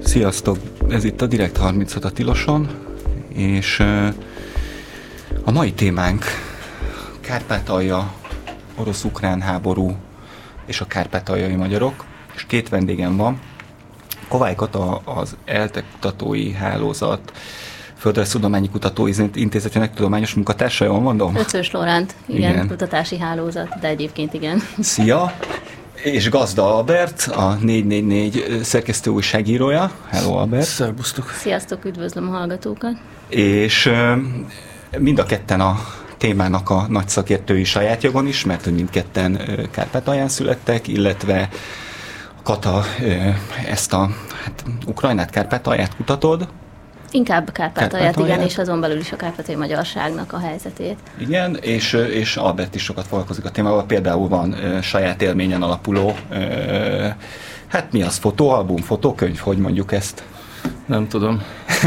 Sziasztok! Ez itt a Direkt 36 a Tiloson, és a mai témánk Kárpátalja, orosz-ukrán háború és a kárpátaljai magyarok, és két vendégem van. Kovály Kata, az ELTE kutatói hálózat Földrajztudományi Kutatói Intézetének tudományos munkatársa, jól mondom? Ötvös Lóránt, igen, kutatási hálózat, de egyébként igen. Szia! És Gazda Albert, a 444 szerkesztő újságírója. Hello, Albert! Szerbusztok! Sziasztok, üdvözlöm a hallgatókat! És mind a ketten a témának a nagy szakértői saját jogon is, mert mindketten Kárpátalján születtek, illetve Kata ezt a Ukrajnát, Kárpátalját kutatod. Inkább Kárpátalját, igen, és azon belül is a kárpátaljai magyarságnak a helyzetét. Igen, és Albert is sokat foglalkozik a témával, például van saját élményen alapuló, mi az, fotóalbum, fotókönyv, hogy mondjuk ezt? Nem tudom.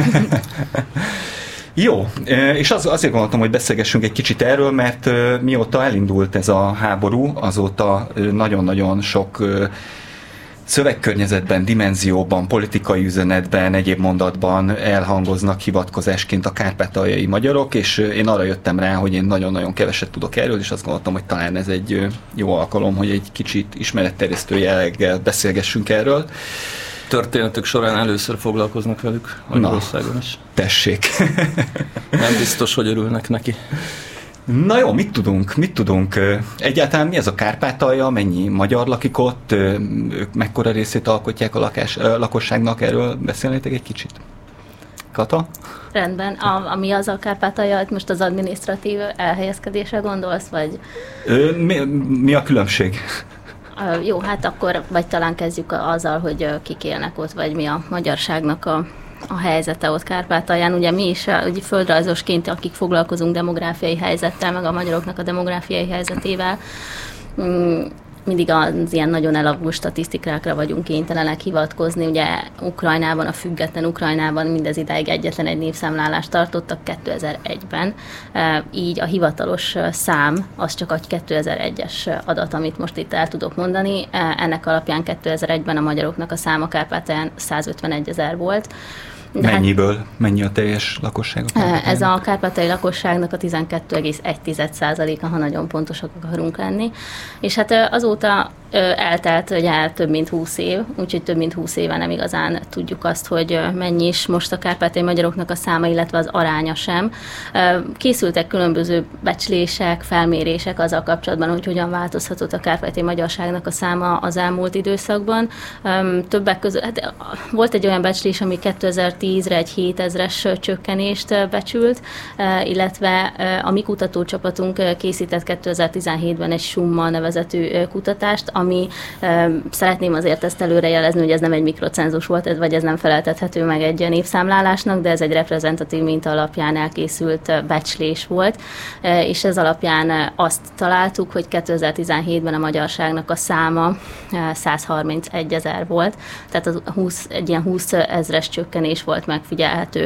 Jó, és azért gondoltam, hogy beszélgessünk egy kicsit erről, mert mióta elindult ez a háború, azóta nagyon-nagyon sok szövegkörnyezetben, dimenzióban, politikai üzenetben, egyéb mondatban elhangoznak hivatkozásként a kárpátaljai magyarok, és én arra jöttem rá, hogy én nagyon-nagyon keveset tudok erről, és azt gondoltam, hogy talán ez egy jó alkalom, hogy egy kicsit ismeretterjesztő jelleggel beszélgessünk erről. Történetük során először foglalkoznak velük Magyarországon is. Tessék! Nem biztos, hogy örülnek neki. Na jó, mit tudunk? Egyáltalán mi ez a Kárpátalja, mennyi magyar lakik ott, ők mekkora részét alkotják a lakosságnak, erről beszélnétek egy kicsit? Kata? Rendben. Ami az a Kárpátalja, most az adminisztratív elhelyezkedésre gondolsz, vagy? Mi a különbség? Jó, hát akkor, vagy talán kezdjük azzal, hogy kik élnek ott, vagy mi a magyarságnak a helyzete ott Kárpátalján. Ugye mi is ugye földrajzosként, akik foglalkozunk demográfiai helyzettel, meg a magyaroknak a demográfiai helyzetével, mindig az ilyen nagyon elavult statisztikákra vagyunk kénytelenek hivatkozni. Ugye Ukrajnában, a független Ukrajnában mindez idáig egyetlen egy népszámlálást tartottak 2001-ben. Így a hivatalos szám az csak egy 2001-es adat, amit most itt el tudok mondani. Ennek alapján 2001-ben a magyaroknak a száma Kárpátalján 151 000 volt. Mennyiből? Mennyi a teljes lakosság? Ez a kárpátaljai lakosságnak a 12,1%-a, ha nagyon pontosak akarunk lenni. És hát azóta eltelt ugye több mint 20 év, úgyhogy több mint 20 éve nem igazán tudjuk azt, hogy mennyi is most a kárpátaljai magyaroknak a száma, illetve az aránya sem. Készültek különböző becslések, felmérések azzal kapcsolatban, hogy hogyan változhatott a kárpátaljai magyarságnak a száma az elmúlt időszakban. Többek között volt egy olyan becslés, ami 2010-re egy 7000-es csökkenést becsült, illetve a mi kutatócsapatunk készített 2017-ben egy Summa nevezetű kutatást, ami szeretném azért ezt előrejelezni, hogy ez nem egy mikrocenzus volt, vagy ez nem feleltethető meg egy népszámlálásnak, de ez egy reprezentatív minta alapján elkészült becslés volt, és ez alapján azt találtuk, hogy 2017-ben a magyarságnak a száma 131 000 volt, tehát egy ilyen 20 000-es csökkenés volt megfigyelhető.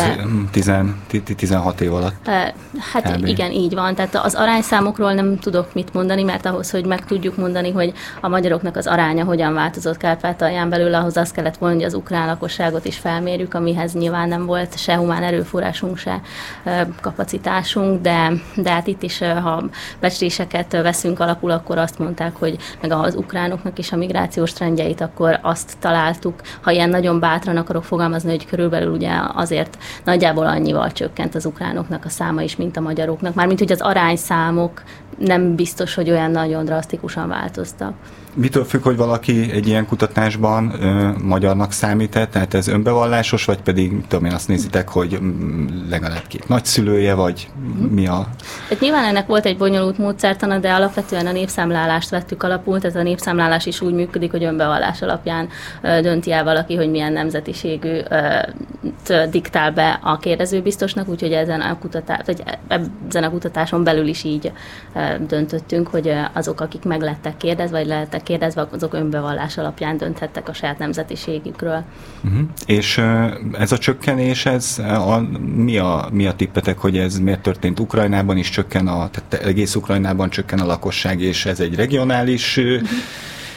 16 év alatt. Hát igen, így van. Tehát az arányszámokról nem tudok mit mondani, mert ahhoz, hogy meg tudjuk mondani, hogy a magyaroknak az aránya hogyan változott Kárpátalján belül, ahhoz azt kellett volna, hogy az ukrán lakosságot is felmérjük, amihez nyilván nem volt se humán erőforrásunk, se kapacitásunk, de hát itt is, ha becsléseket veszünk alapul, akkor azt mondták, hogy meg az ukránoknak is a migrációs trendjeit, akkor azt találtuk, ha ilyen nagyon bátran akarok fogalmazni, hogy körülbelül ugye azért nagyjából annyival csökkent az ukránoknak a száma is, mint a magyaroknak. Mármint, hogy az arányszámok nem biztos, hogy olyan nagyon drasztikusan változtak. Mitől függ, hogy valaki egy ilyen kutatásban magyarnak számít-e? Tehát ez önbevallásos, vagy pedig, tudom én, azt nézitek, hogy legalább két nagyszülője, vagy mi a... Hát nyilván ennek volt egy bonyolult módszertana, de alapvetően a népszámlálást vettük alapul, tehát a népszámlálás is úgy működik, hogy önbevallás alapján dönti el valaki, hogy milyen nemzetiségű diktál be a kérdezőbiztosnak, úgyhogy ezen a kutatáson belül is így döntöttünk, hogy azok, akik meg lettek kérdezve, vagy lettek kérdezve, azok önbevallás alapján dönthettek a saját nemzetiségükről. És ez a csökkenés, mi a tippetek, hogy ez miért történt Ukrajnában is tehát egész Ukrajnában csökken a lakosság, és ez egy regionális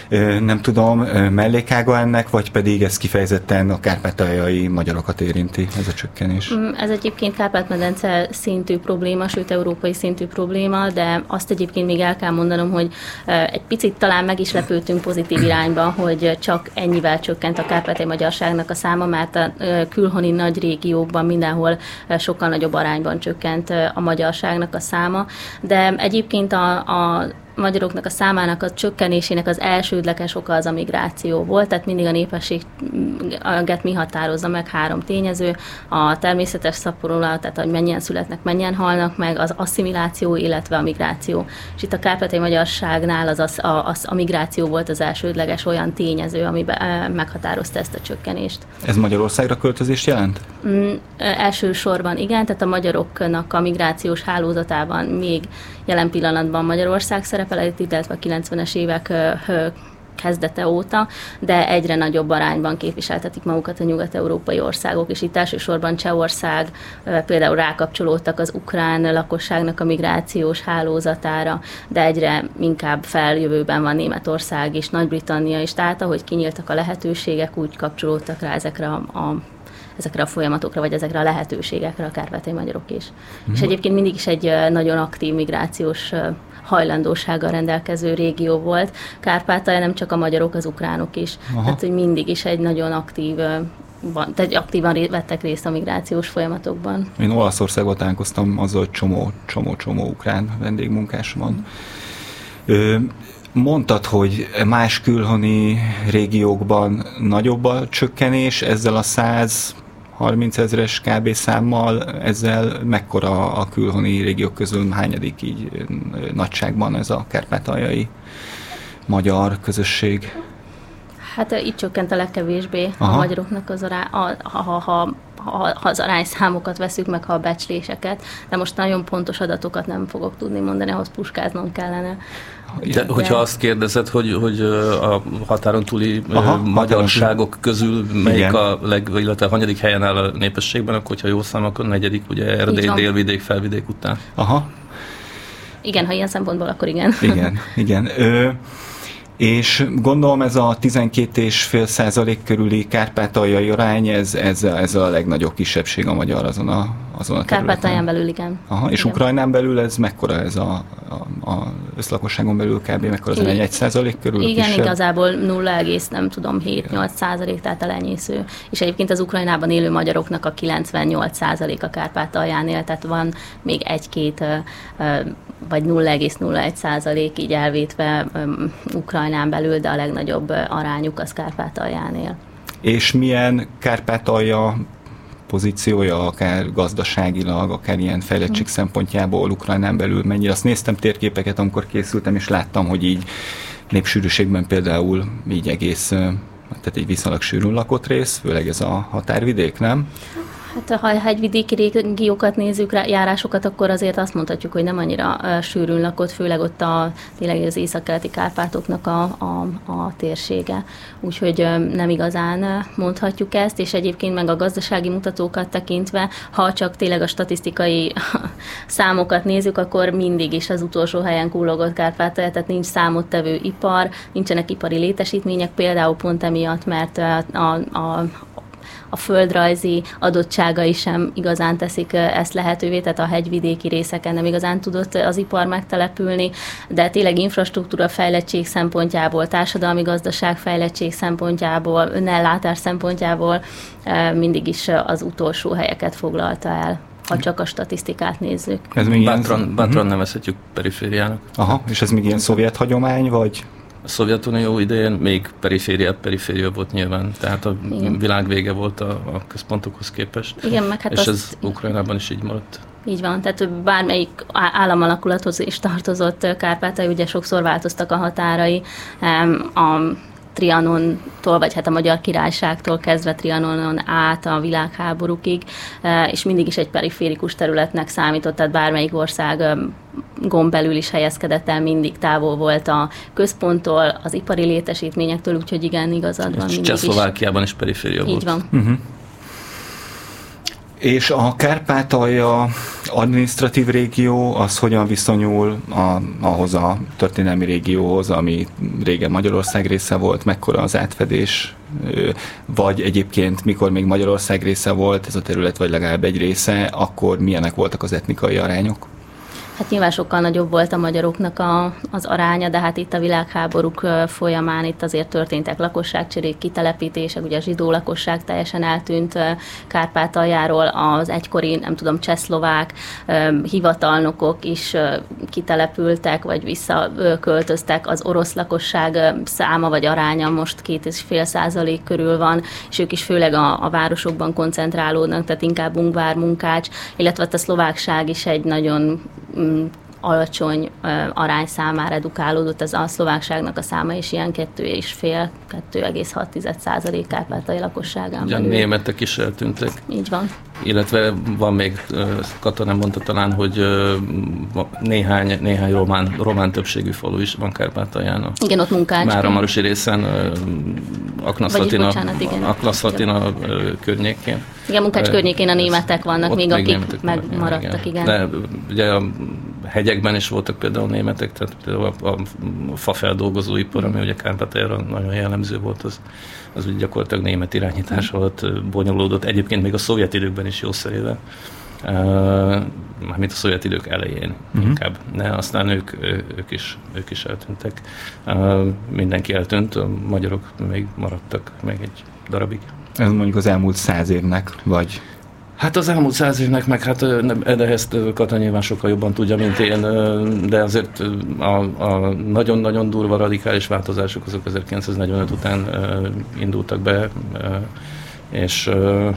nem tudom, mellékága ennek, vagy pedig ez kifejezetten a kárpátaljai magyarokat érinti, ez a csökkenés? Ez egyébként Kárpát-medence szintű probléma, sőt európai szintű probléma, de azt egyébként még el kell mondanom, hogy egy picit talán meg is lepődtünk pozitív irányba, hogy csak ennyivel csökkent a kárpátai magyarságnak a száma, mert a külhoni nagy régiókban mindenhol sokkal nagyobb arányban csökkent a magyarságnak a száma, de egyébként a magyaroknak a számának a csökkenésének az elsődleges oka az a migráció volt, tehát mindig a népességet mi határozza meg 3 tényező, a természetes szaporulat, tehát hogy mennyien születnek, mennyien halnak meg, az asszimiláció, illetve a migráció. És itt a kárpátai magyarságnál a migráció volt az elsődleges olyan tényező, ami meghatározta ezt a csökkenést. Ez Magyarországra költözést jelent? Elsősorban igen, tehát a magyaroknak a migrációs hálózatában még jelen pillanatban Magyarország szerepel, illetve a 90-es évek kezdete óta, de egyre nagyobb arányban képviseltetik magukat a nyugat-európai országok, és itt elsősorban Csehország például rákapcsolódtak az ukrán lakosságnak a migrációs hálózatára, de egyre inkább feljövőben van Németország és Nagy-Britannia is, tehát ahogy kinyíltak a lehetőségek, úgy kapcsolódtak rá ezekre a folyamatokra, vagy ezekre a lehetőségekre a kárpátai magyarok is. És egyébként mindig is egy nagyon aktív migrációs hajlandósággal rendelkező régió volt. Kárpátalja nem csak a magyarok, az ukránok is. Aha. Tehát, hogy mindig is egy nagyon aktívan vettek részt a migrációs folyamatokban. Én Olaszországban találkoztam azzal, hogy csomó ukrán vendégmunkás van. Mondtad, hogy más külhoni régiókban nagyobb a csökkenés, ezzel a 130 000 kb. Számmal, ezzel mekkora a külhoni régiók közül hányadik így nagyságban ez a kárpátaljai magyar közösség? Hát itt csökkent a legkevésbé a magyaroknak az ha az arányszámokat veszük meg, ha a becsléseket, de most nagyon pontos adatokat nem fogok tudni mondani, ahhoz puskáznom kellene. De hogyha azt kérdezed, hogy a határon túli magyarságok közül melyik illetve hanyadik helyen áll a népességben, akkor hogyha jó szám, akkor 4. ugye Erdély, délvidék, felvidék után. Aha. Igen, ha ilyen szempontból, akkor igen. Igen. És gondolom ez a 12,5% körüli kárpátaljai arány, ez a legnagyobb kisebbség a magyar azon a területen. Kárpátalján belül, igen. Aha, és igen. Ukrajnán belül ez mekkora ez a összlakosságon belül kb. Mekkora az 1% körül? Igen, kisebb? Igazából 0,7-8%, tehát elenyésző. És egyébként az Ukrajnában élő magyaroknak a 98% a Kárpátalján él, tehát van még 1-2 vagy 0,01% így elvétve Ukrajnán belül, de a legnagyobb arányuk az Kárpátalján él. És milyen Kárpátalja pozíciója, akár gazdaságilag, akár ilyen fejlettség szempontjából Ukrajnán belül mennyire? Azt néztem térképeket, amikor készültem, és láttam, hogy így népsűrűségben például így tehát egy viszonylag sűrűn lakott rész, főleg ez a határvidék, nem? Hát ha hegyvidéki régiókat nézzük, járásokat, akkor azért azt mondhatjuk, hogy nem annyira sűrűn lakott, főleg ott tényleg az északkeleti Kárpátoknak a térsége. Úgyhogy nem igazán mondhatjuk ezt, és egyébként meg a gazdasági mutatókat tekintve, ha csak tényleg a statisztikai számokat nézzük, akkor mindig is az utolsó helyen kullogott Kárpátalja, tehát nincs számottevő ipar, nincsenek ipari létesítmények, például pont emiatt, mert a földrajzi adottságai sem igazán teszik ezt lehetővé, tehát a hegyvidéki részeken nem igazán tudott az ipar megtelepülni, de tényleg infrastruktúra fejlettség szempontjából, társadalmi gazdaság fejlettség szempontjából, önellátás szempontjából mindig is az utolsó helyeket foglalta el, ha csak a statisztikát nézzük. Bátran nevezhetjük perifériának. Aha, és ez még ilyen szovjet hagyomány, vagy? A Szovjetunió idején még periféria volt nyilván, tehát a világ vége volt a központokhoz képest. Igen, meg hát és ez Ukrajnában is így maradt. Így van, tehát bármelyik államalakulathoz is tartozott Kárpátalja, ugye sokszor változtak a határai, a Trianontól, vagy hát a Magyar Királyságtól kezdve Trianonon át a világháborúkig, és mindig is egy periférikus területnek számított, tehát bármelyik ország belül is helyezkedett el, mindig távol volt a központtól, az ipari létesítményektől, úgyhogy igen, igazad van. Csehszlovákiában is periféria volt. Így van. És a Kárpátalja adminisztratív régió, az hogyan viszonyul ahhoz a történelmi régióhoz, ami régen Magyarország része volt, mekkora az átfedés, vagy egyébként mikor még Magyarország része volt ez a terület, vagy legalább egy része, akkor milyenek voltak az etnikai arányok? Hát nyilván sokkal nagyobb volt a magyaroknak az aránya, de hát itt a világháborúk folyamán itt azért történtek lakosságcserék, kitelepítések, ugye a zsidó lakosság teljesen eltűnt Kárpátaljáról, az egykori, nem tudom, csehszlovák hivatalnokok is kitelepültek, vagy visszaköltöztek, az orosz lakosság száma vagy aránya most 2,5% körül van, és ők is főleg a városokban koncentrálódnak, tehát inkább Ungvár, Munkács, illetve a szlovákság is egy nagyon alacsony arányszámára edukálódott, ez a szlovákságnak a száma is ilyen 2,6% Kárpátalja lakosságán. Ugye a németek is eltűntek. Így van. Illetve van még, Kata nem mondta talán, hogy néhány román többségű falu is van Kárpátalján. Igen, ott Munkács. Máramarosi részen, Aknasz-Latina környékén. Igen, Munkács környékén a németek vannak, még akik megmaradtak, igen. De ugye a hegyekben is voltak például németek, tehát például a fafeldolgozóipar, ami ugye Kárpátaljára nagyon jellemző volt, az úgy gyakorlatilag német irányítás alatt bonyolódott. Egyébként még a szovjet időkben is jószerével. Mármint a szovjet idők elején inkább. De aztán ők is eltűntek. Mindenki eltűnt, a magyarok még maradtak még egy darabig. Ez mondjuk az elmúlt 100 évnek, vagy... Hát az elmúlt 100 évnek, meg hát de ezt Kata nyilván sokkal jobban tudja, mint én, de azért a nagyon-nagyon durva radikális változások azok 1945 után indultak be, és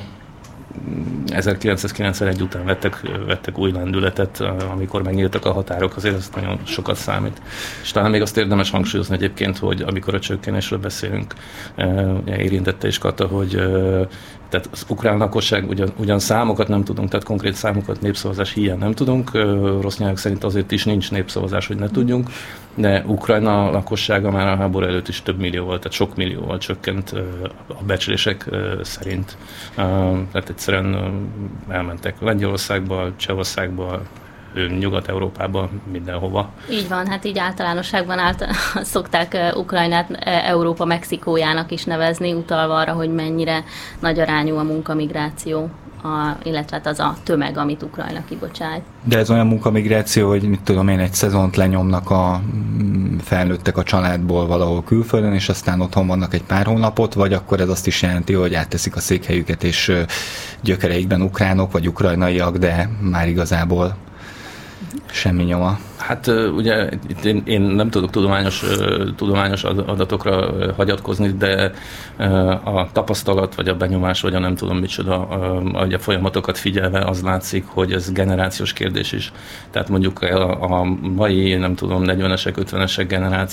1991 után vettek új lendületet, amikor megnyíltak a határok, azért ez nagyon sokat számít. És talán még azt érdemes hangsúlyozni egyébként, hogy amikor a csökkenésről beszélünk, érintette is Kata, hogy tehát az ukrán lakosság, ugyan számokat nem tudunk, tehát konkrét számokat népszavazás híján nem tudunk, rossz nyelvek szerint azért is nincs népszavazás, hogy ne tudjunk, de Ukrajna lakossága már a háború előtt is több millió volt, tehát sok millióval csökkent a becslések szerint. Tehát egyszerűen elmentek Lengyelországba, Csehországba, Nyugat-Európába, mindenhova. Így van, hát így általánosságban szokták Ukrajnát Európa Mexikójának is nevezni, utalva arra, hogy mennyire nagy arányú a munkamigráció, illetve hát az a tömeg, amit Ukrajna kibocsát. De ez olyan munkamigráció, hogy mit tudom én, egy szezont lenyomnak a felnőttek a családból valahol külföldön, és aztán otthon vannak egy pár hónapot, vagy akkor ez azt is jelenti, hogy átteszik a székhelyüket, és gyökereikben ukránok vagy ukrajnaiak, de már igazából semmi nyoma. Hát ugye itt én nem tudok tudományos adatokra hagyatkozni, de a tapasztalat, vagy a benyomás, vagy a nem tudom micsoda, a folyamatokat figyelve az látszik, hogy ez generációs kérdés is. Tehát mondjuk a mai, nem tudom, 40-esek, 50-esek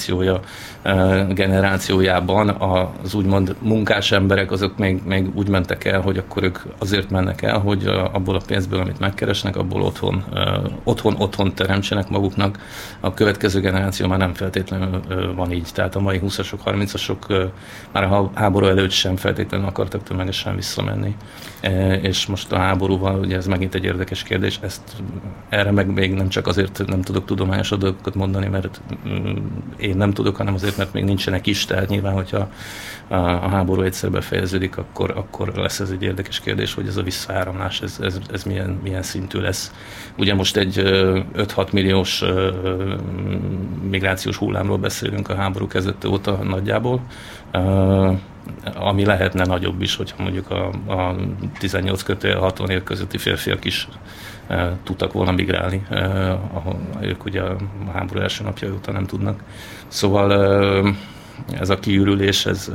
generációjában az úgymond munkás emberek, azok még úgy mentek el, hogy akkor ők azért mennek el, hogy abból a pénzből, amit megkeresnek, abból otthon teremtsenek maguknak. A következő generáció már nem feltétlenül van így. Tehát a mai 20-asok, 30-asok már a háború előtt sem feltétlenül akartak tömegesen visszamenni. És most a háborúval, ugye ez megint egy érdekes kérdés, erre meg még nem csak azért nem tudok tudományos adatokat mondani, mert én nem tudok, hanem azért, mert még nincsenek is. Tehát nyilván, hogyha a háború egyszer befejeződik, akkor lesz ez egy érdekes kérdés, hogy ez a visszaáramlás, ez milyen szintű lesz. Ugye most egy 5-6 milliós migrációs hullámról beszélünk a háború kezdete óta nagyjából, ami lehetne nagyobb is, hogyha mondjuk a 18-60 év közötti férfiak is tudtak volna migrálni, ahol ők ugye a háború első napja óta nem tudnak. Szóval ez a kiürülés, ez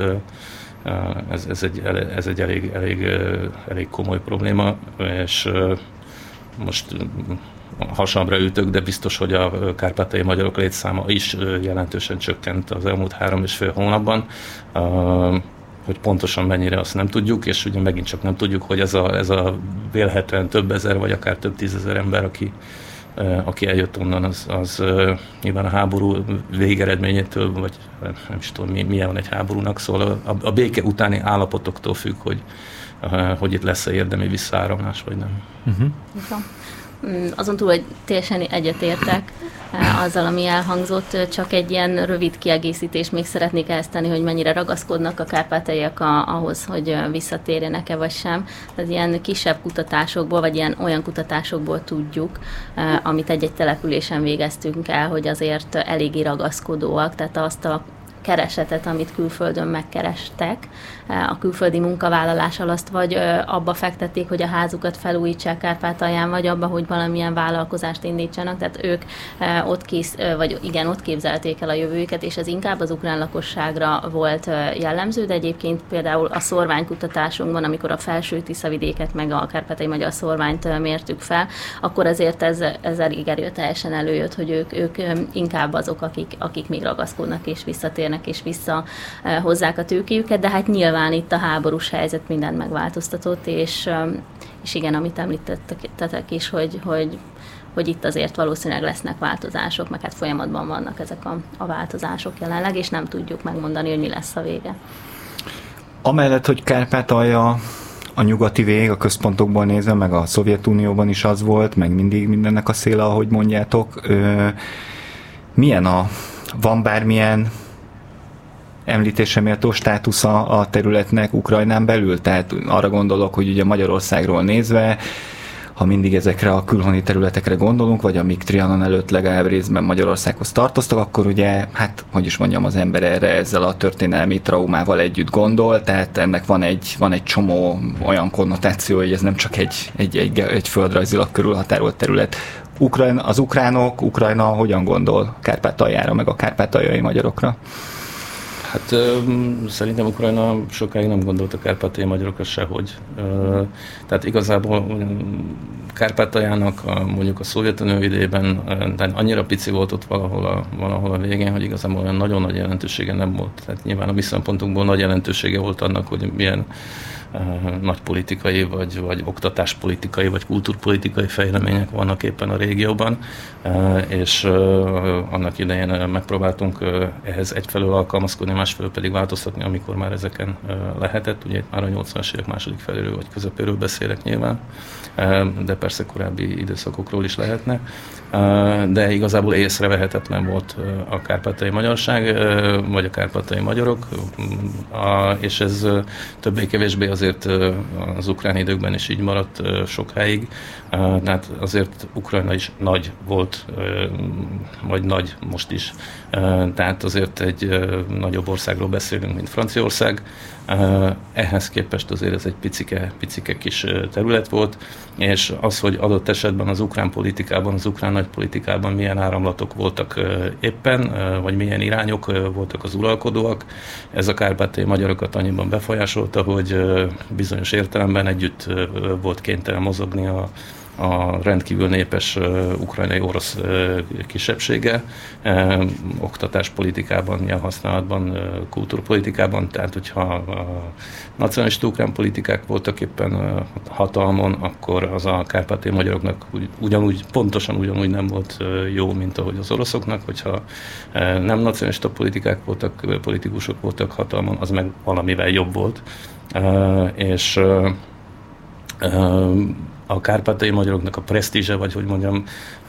egy elég komoly probléma, és most hasamra ütök, de biztos, hogy a kárpátaljai magyarok létszáma is jelentősen csökkent az elmúlt 3,5 hónapban. Hogy pontosan mennyire, azt nem tudjuk, és ugye megint csak nem tudjuk, hogy ez a vélhetően több ezer, vagy akár több tízezer ember, aki eljött onnan, az nyilván a háború végeredményétől, vagy nem is tudom, milyen van egy háborúnak, szóval a béke utáni állapotoktól függ, hogy itt lesz-e érdemi visszaáramlás, vagy nem. Azon túl, hogy teljesen egyetértek azzal, ami elhangzott, csak egy ilyen rövid kiegészítést még szeretnék ezt tenni, hogy mennyire ragaszkodnak a kárpátaljaiak ahhoz, hogy visszatérjenek-e vagy sem. Ez ilyen kisebb kutatásokból, vagy olyan kutatásokból tudjuk, amit egy-egy településen végeztünk el, hogy azért eléggé ragaszkodóak, tehát azt a keresetet, amit külföldön megkerestek, a külföldi munkavállalás alatt, vagy abba fektették, hogy a házukat felújítsák Kárpátalján, vagy abba, hogy valamilyen vállalkozást indítsanak, tehát ők ott képzelték el a jövőjüket, és ez inkább az ukrán lakosságra volt jellemző, de egyébként például a szorványkutatásunkban, amikor a felső Tiszavidéket meg a kárpátaljai magyar szorványt mértük fel, akkor azért ez elég erőteljesen előjött, hogy ők inkább azok, akik még ragaszkodnak és visszatérnek és visszahozzák a tőkéjüket, de hát nyilván itt a háborús helyzet mindent megváltoztatott, és igen, amit említettetek is, hogy itt azért valószínűleg lesznek változások, meg hát folyamatban vannak ezek a változások jelenleg, és nem tudjuk megmondani, hogy mi lesz a vége. Amellett, hogy Kárpátalja a nyugati vég, a központokból nézve, meg a Szovjetunióban is az volt, meg mindig mindennek a széle, ahogy mondjátok. Van bármilyen említésre méltó státusza a területnek Ukrajnán belül? Tehát arra gondolok, hogy ugye Magyarországról nézve, ha mindig ezekre a külhoni területekre gondolunk, vagy amik Trianon előtt legalább részben Magyarországhoz tartoztak, akkor ugye, hát, hogy is mondjam, az ember erre ezzel a történelmi traumával együtt gondol, tehát ennek van egy csomó olyan konnotáció, hogy ez nem csak egy földrajzilag körülhatárolt terület. Ukrajna hogyan gondol Kárpátaljára, meg a kárpátaljai magyarokra? Hát szerintem Ukrajna sokáig nem gondolt a kárpátaljai magyarokra sehogy. Tehát igazából Kárpátaljának mondjuk a Szovjetunió idejében annyira pici volt ott valahol a végén, hogy igazából olyan nagyon nagy jelentősége nem volt. Tehát nyilván a mi szempontunkból nagy jelentősége volt annak, hogy milyen nagy politikai, vagy oktatáspolitikai, vagy kultúrpolitikai fejlemények vannak éppen a régióban, és annak idején megpróbáltunk ehhez egyfelől alkalmazkodni, másfelől pedig változtatni, amikor már ezeken lehetett. Ugye már a 80-as évek második feléről vagy közepéről beszélek nyilván, de persze korábbi időszakokról is lehetne. De igazából észrevehetetlen volt a kárpátaljai magyarság, vagy a kárpátaljai magyarok, és ez többé-kevésbé azért az ukrán időkben is így maradt sokáig. Tehát azért Ukrajna is nagy volt, vagy nagy most is. Tehát azért egy nagyobb országról beszélünk, mint Franciaország. Ehhez képest azért ez egy picike kis terület volt, és az, hogy adott esetben az ukrán politikában, az ukrán nagypolitikában milyen áramlatok voltak éppen, vagy milyen irányok voltak az uralkodóak, ez a kárpátaljai magyarokat annyiban befolyásolta, hogy bizonyos értelemben együtt volt kénytelen mozogni a rendkívül népes ukrajnai orosz kisebbsége, oktatáspolitikában, milyen használatban, kultúrpolitikában, tehát hogyha nacionalista ukrán politikák voltak éppen hatalmon, akkor az a kárpátaljai magyaroknak pontosan ugyanúgy nem volt jó, mint ahogy az oroszoknak, hogyha nem nacionalista politikusok voltak hatalmon, az meg valamivel jobb volt. És a kárpátaljai magyaroknak a presztízse, vagy hogy mondjam,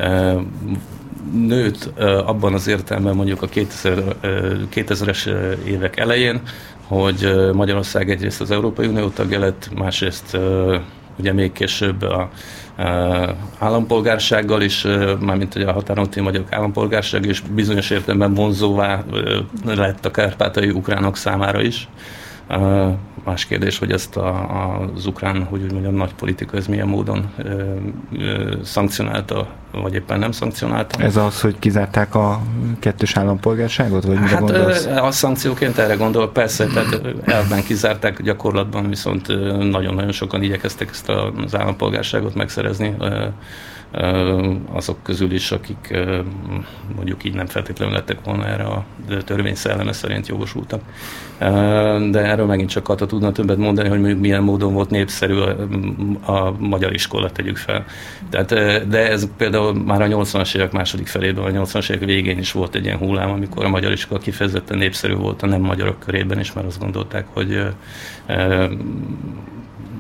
nőtt abban az értelemben mondjuk a 2000-es évek elején, hogy Magyarország egyrészt az Európai Unió tagja lett, másrészt ugye még később a állampolgársággal is, mármint a határon túli magyarok állampolgárság is bizonyos értelemben vonzóvá lett a kárpátaljai ukránok számára is. Más kérdés, hogy ezt az ukrán, hogy úgy mondjam, nagy politika, ez milyen módon szankcionálta, vagy éppen nem szankcionálta. Ez az, hogy kizárták a kettős állampolgárságot, vagy mire gondolsz? A szankcióként erre gondolok, persze, tehát elvben kizárták, gyakorlatban viszont nagyon-nagyon sokan igyekeztek ezt az állampolgárságot megszerezni, azok közül is, akik mondjuk így nem feltétlenül lettek volna erre a törvény szelleme szerint jogosultak. De erről megint csak Kata tudna többet mondani, hogy mondjuk milyen módon volt népszerű a magyar iskola, tegyük fel. Tehát, de ez például már a 80-as évek második felében, a 80-as évek végén is volt egy ilyen hullám, amikor a magyar iskola kifejezetten népszerű volt a nem magyarok körében, és már azt gondolták, hogy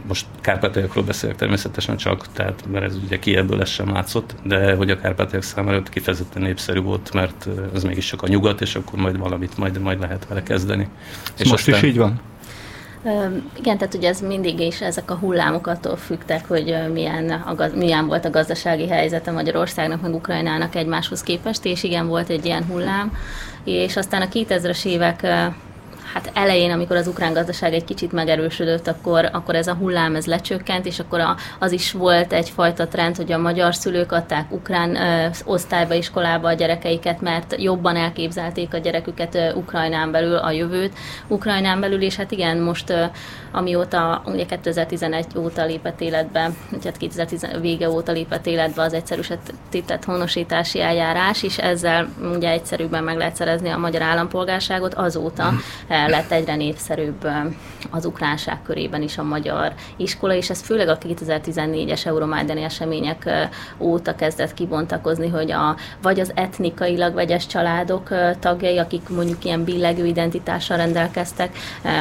most Kárpátaljaiakról beszélek természetesen csak, tehát, mert ez ugye Kijevből ez sem látszott, de hogy a Kárpátaljak számára kifejezetten népszerű volt, mert ez mégis csak a nyugat, és akkor majd valamit majd lehet vele kezdeni. És most aztán... is így van? Igen, tehát ugye ez mindig is ezek a hullámok attól függtek, hogy milyen volt a gazdasági helyzete Magyarországnak, meg Ukrajnának egymáshoz képest, és igen, volt egy ilyen hullám, és aztán a 2000-es évek elején, amikor az ukrán gazdaság egy kicsit megerősödött, akkor ez a hullám ez lecsökkent, és akkor az is volt egyfajta trend, hogy a magyar szülők adták ukrán osztályba, iskolába a gyerekeiket, mert jobban elképzelték a gyereküket Ukrajnán belül, a jövőt Ukrajnán belül, és hát igen, most amióta ugye 2011 óta lépett életbe, tehát 2010 vége óta lépett életbe az egyszerűsített honosítási eljárás, és ezzel ugye egyszerűbben meg lehet szerezni a magyar állampolgárságot, azóta lett egyre népszerűbb az ukránság körében is a magyar iskola, és ez főleg a 2014-es euromajdani események óta kezdett kibontakozni, hogy vagy az etnikailag vegyes családok tagjai, akik mondjuk ilyen billegő identitással rendelkeztek,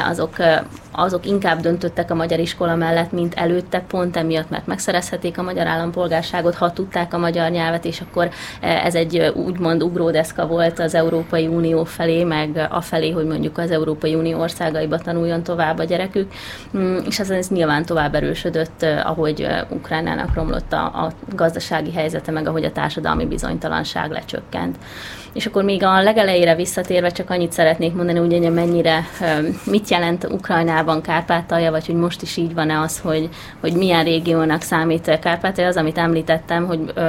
azok inkább döntöttek a magyar iskola mellett, mint előtte, pont emiatt, mert megszerezhetik a magyar állampolgárságot, ha tudták a magyar nyelvet, és akkor ez egy úgymond ugródeszka volt az Európai Unió felé, meg afelé, hogy mondjuk az Európai Unió országaiba tanuljon tovább a gyerekük, és ez nyilván tovább erősödött, ahogy Ukrajnának romlott a gazdasági helyzete, meg ahogy a társadalmi bizonytalanság lecsökkent. És akkor még a legelejére visszatérve csak annyit szeretnék mondani, ugye mennyire, mit jelent Ukrajnában Kárpátalja, vagy hogy most is így van-e az, hogy milyen régiónak számít Kárpátalja, az, amit említettem,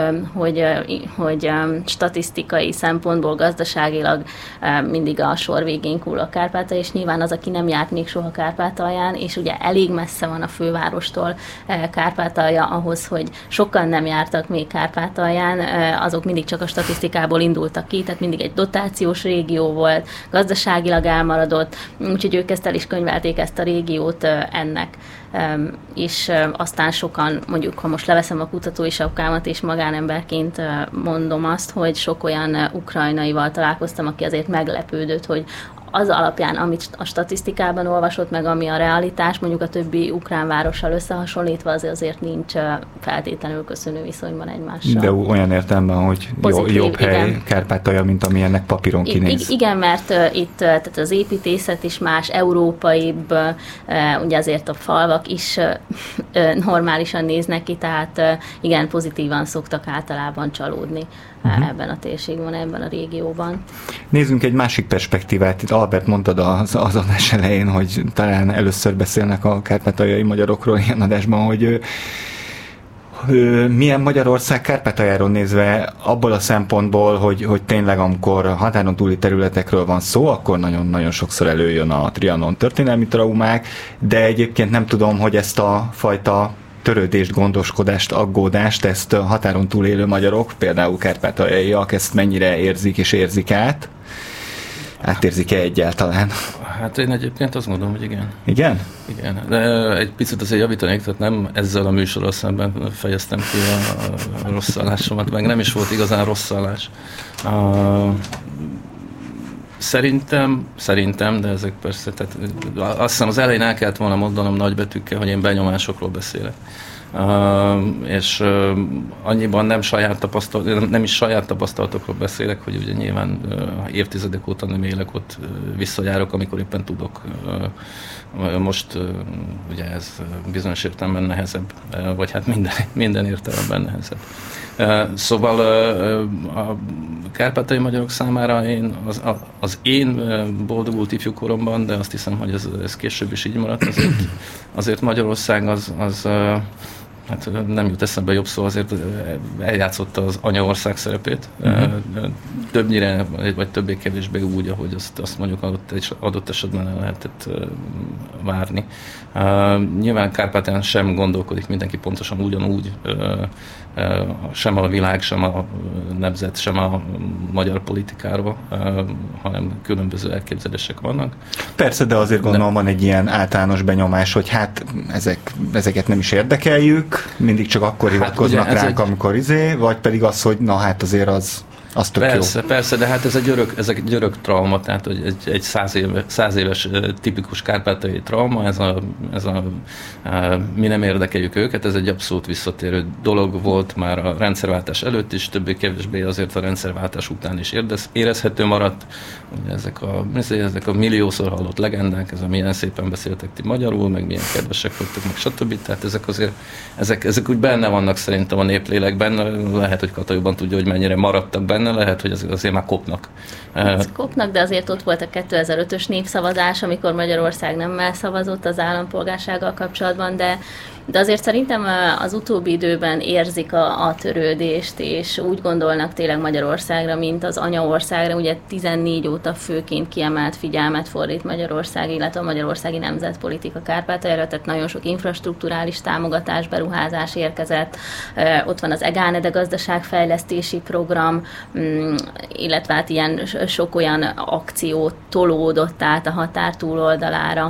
hogy statisztikai szempontból, gazdaságilag mindig a sor végén kull a Kárpátalja, és nyilván az, aki nem járt még soha Kárpátalján, és ugye elég messze van a fővárostól Kárpátalja ahhoz, hogy sokan nem jártak még Kárpátalján, azok mindig csak a statisztikából indultak ki, tehát mindig egy dotációs régió volt, gazdaságilag elmaradott, úgyhogy ők el is könyvelték ezt a régiót ennek. És aztán sokan, mondjuk, ha most leveszem a kutatói sapkámat, és magánemberként mondom azt, hogy sok olyan ukrajnaival találkoztam, aki azért meglepődött, hogy az alapján, amit a statisztikában olvasott, meg ami a realitás, mondjuk a többi ukrán várossal összehasonlítva, azért nincs feltétlenül köszönő viszonyban egymással. De olyan értelemben, hogy pozitív, jobb hely igen. Kárpátalja, mint ami ennek papíron kinéz. Igen, mert itt tehát az építészet is más, európaibb, ugye azért a falvak is normálisan néznek ki, tehát igen, pozitívan szoktak általában csalódni ebben a térségben, ebben a régióban. Nézzünk egy másik perspektívát. Itt Albert mondtad az adás elején, hogy talán először beszélnek a kárpátaljai magyarokról ilyen adásban, hogy milyen Magyarország Kárpátaljáról nézve abból a szempontból, hogy tényleg amikor határon túli területekről van szó, akkor nagyon-nagyon sokszor előjön a Trianon történelmi traumák, de egyébként nem tudom, hogy ezt a fajta törődést, gondoskodást, aggódást, ezt a határon túl élő magyarok, például kárpátaljaiak, ezt mennyire érzik és érzik át? Átérzik-e egyáltalán? Hát én egyébként azt gondolom, hogy igen. Igen? Igen, de egy picit azért javítanék, tehát nem ezzel a műsorral szemben fejeztem ki a rosszallásomat, meg nem is volt igazán rosszallás. Szerintem, de ezek persze, tehát azt hiszem az elején el kellett volna mondanom nagybetűkkel, hogy én benyomásokról beszélek. És annyiban nem is saját tapasztalatokról beszélek, hogy ugye nyilván évtizedek óta nem élek ott, visszajárok, amikor éppen tudok. Most ugye ez bizonyos értelemben nehezebb, vagy hát minden értelemben nehezebb. Szóval a kárpátaljai magyarok számára az én boldogult ifjúkoromban, de azt hiszem, hogy ez később is így maradt, azért Magyarország az hát nem jut eszembe jobb szó, azért eljátszotta az anyaország szerepét. Többnyire, vagy többé-kevésbé úgy, ahogy azt mondjuk adott esetben el lehetett várni. Nyilván Kárpátalján sem gondolkodik mindenki pontosan ugyanúgy, sem a világ, sem a nemzet, sem a magyar politikáról, hanem különböző elképzelések vannak. Persze, de azért gondolom van egy ilyen általános benyomás, hogy hát ezeket nem is érdekeljük, mindig csak akkor hivatkoznak ránk, amikor vagy pedig az, hogy na hát azért az... Az tök persze, jó. Persze, de hát ez egy örök trauma, tehát egy 100 éves tipikus kárpátaljai trauma, ez a mi nem érdekeljük őket, ez egy abszolút visszatérő dolog volt már a rendszerváltás előtt is, többé-kevésbé azért a rendszerváltás után is érezhető maradt. Ugye ezek a milliószor hallott legendák, ez a milyen szépen beszéltek ti magyarul, meg milyen kedvesek voltak, meg stb. Tehát ezek úgy benne vannak szerintem a néplélekben, lehet, hogy Kata jobban tudja, hogy mennyire maradtak benne, lehet, hogy azért már kopnak. Kopnak, de azért ott volt a 2005-ös népszavazás, amikor Magyarország nemmel szavazott az állampolgársággal kapcsolatban, de azért szerintem az utóbbi időben érzik a törődést, és úgy gondolnak tényleg Magyarországra, mint az anyaországra. Ugye 14 óta főként kiemelt figyelmet fordít Magyarország, illetve a magyarországi nemzetpolitika Kárpátaljára, tehát nagyon sok infrastrukturális támogatás, beruházás érkezett. Ott van az EGÁNEDE gazdaságfejlesztési program, illetve hát ilyen sok olyan akció tolódott át a határ túloldalára,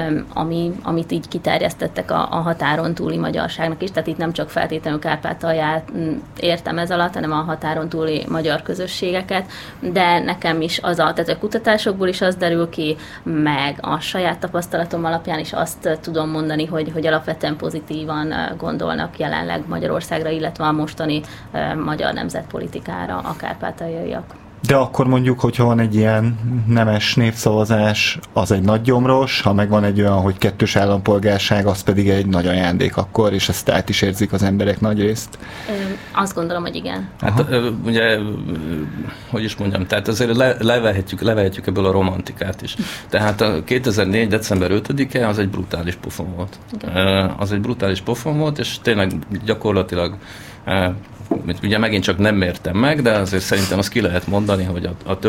amit így kiterjesztettek a határon túli magyarságnak is, tehát itt nem csak feltétlenül Kárpátalját értem ez alatt, hanem a határon túli magyar közösségeket, de nekem is tehát a kutatásokból is az derül ki, meg a saját tapasztalatom alapján is azt tudom mondani, hogy alapvetően pozitívan gondolnak jelenleg Magyarországra, illetve a mostani magyar nemzetpolitikára a kárpátaljaiak. De akkor mondjuk, hogyha van egy ilyen nemes népszavazás, az egy nagy gyomros, ha meg van egy olyan, hogy kettős állampolgárság, az pedig egy nagy ajándék akkor, és ezt át is érzik az emberek nagy részt. Azt gondolom, hogy igen. Hát ugye, hogy is mondjam, tehát azért levehetjük ebből a romantikát is. Tehát a 2004. december 5-e az egy brutális pofon volt. Az egy brutális pofon volt, és tényleg gyakorlatilag ugye megint csak nem mértem meg, de azért szerintem azt ki lehet mondani, hogy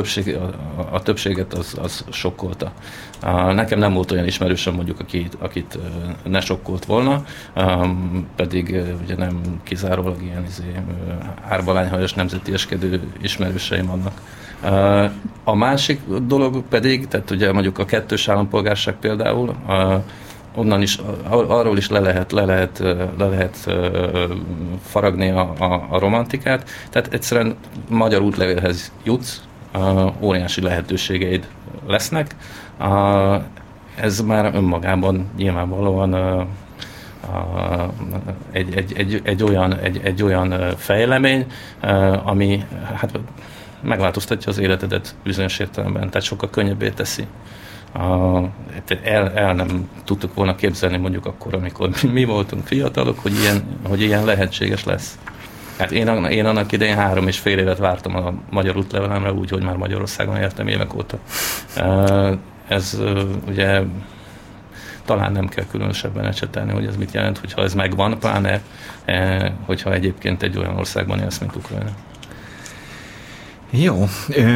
a többséget az sokkolta. Nekem nem volt olyan ismerősöm mondjuk, akit ne sokkolt volna, pedig ugye nem kizárólag ilyen árbalányhajos nemzetieskedő ismerőseim vannak. A másik dolog pedig, tehát ugye mondjuk a kettős állampolgárság például, onnan is, arról is le lehet faragni a romantikát. Tehát egyszerűen magyar útlevélhez jutsz, óriási lehetőségeid lesznek. Ez már önmagában nyilvánvalóan egy olyan fejlemény, ami hát megváltoztatja az életedet bizonyos értelemben, tehát sokkal könnyebbé teszi. El nem tudtuk volna képzelni mondjuk akkor, amikor mi voltunk fiatalok, hogy ilyen lehetséges lesz. Hát én annak idején 3,5 évet vártam a magyar útlevelemre, úgyhogy már Magyarországon éltem évek óta. Ez ugye talán nem kell különösebben ecsetelni, hogy ez mit jelent, hogyha ez megvan, pláne hogyha egyébként egy olyan országban élsz, mint Ukrajna. Jó.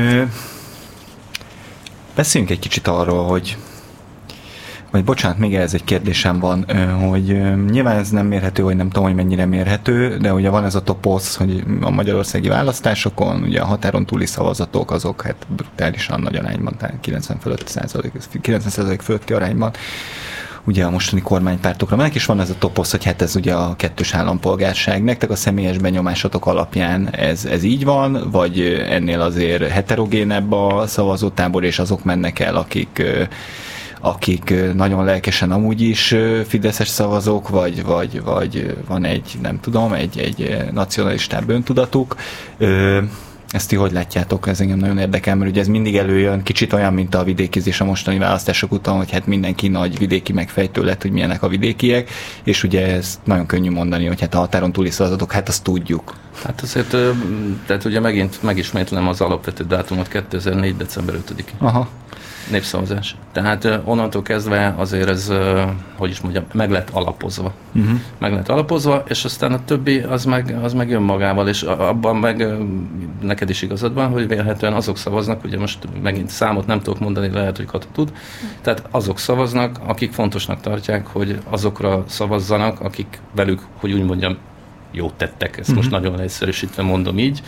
Beszéljünk egy kicsit arról, vagy bocsánat, még ez egy kérdésem van, hogy nyilván ez nem mérhető, vagy nem tudom, hogy mennyire mérhető, de ugye van ez a toposz, hogy a magyarországi választásokon ugye a határon túli szavazatok azok hát brutálisan nagy arányban, tehát 90% fölötti arányban ugye a mostani kormánypártokra mennek, és van ez a toposz, hogy hát ez ugye a kettős állampolgárság. Nektek a személyes benyomásatok alapján ez így van, vagy ennél azért heterogénebb a szavazótábor, és azok mennek el, akik nagyon lelkesen amúgy is fideszes szavazók, vagy van egy, nem tudom, egy nacionalistább öntudatuk. Ezt ti hogy látjátok? Ez engem nagyon érdekel, mert ugye ez mindig előjön, kicsit olyan, mint a vidékizés a mostani választások után, hogy hát mindenki nagy vidéki megfejtő lett, hogy milyenek a vidékiek, és ugye ez nagyon könnyű mondani, hogy hát a határon túli szavazatok, hát azt tudjuk. Hát azért, tehát ugye megint megismétlem az alapvető dátumot, 2004. december 5-e. Aha. Népszavazás. Tehát onnantól kezdve azért ez, hogy is mondjam, meg lett alapozva. Meg lett alapozva, és aztán a többi az meg jön magával, és abban meg neked is igazad van, hogy vélhetően azok szavaznak, ugye most megint számot nem tudok mondani, lehet, hogy Kata tud, tehát azok szavaznak, akik fontosnak tartják, hogy azokra szavazzanak, akik velük, hogy úgy mondjam, jót tettek. Ezt most nagyon leegyszerűsítve mondom így.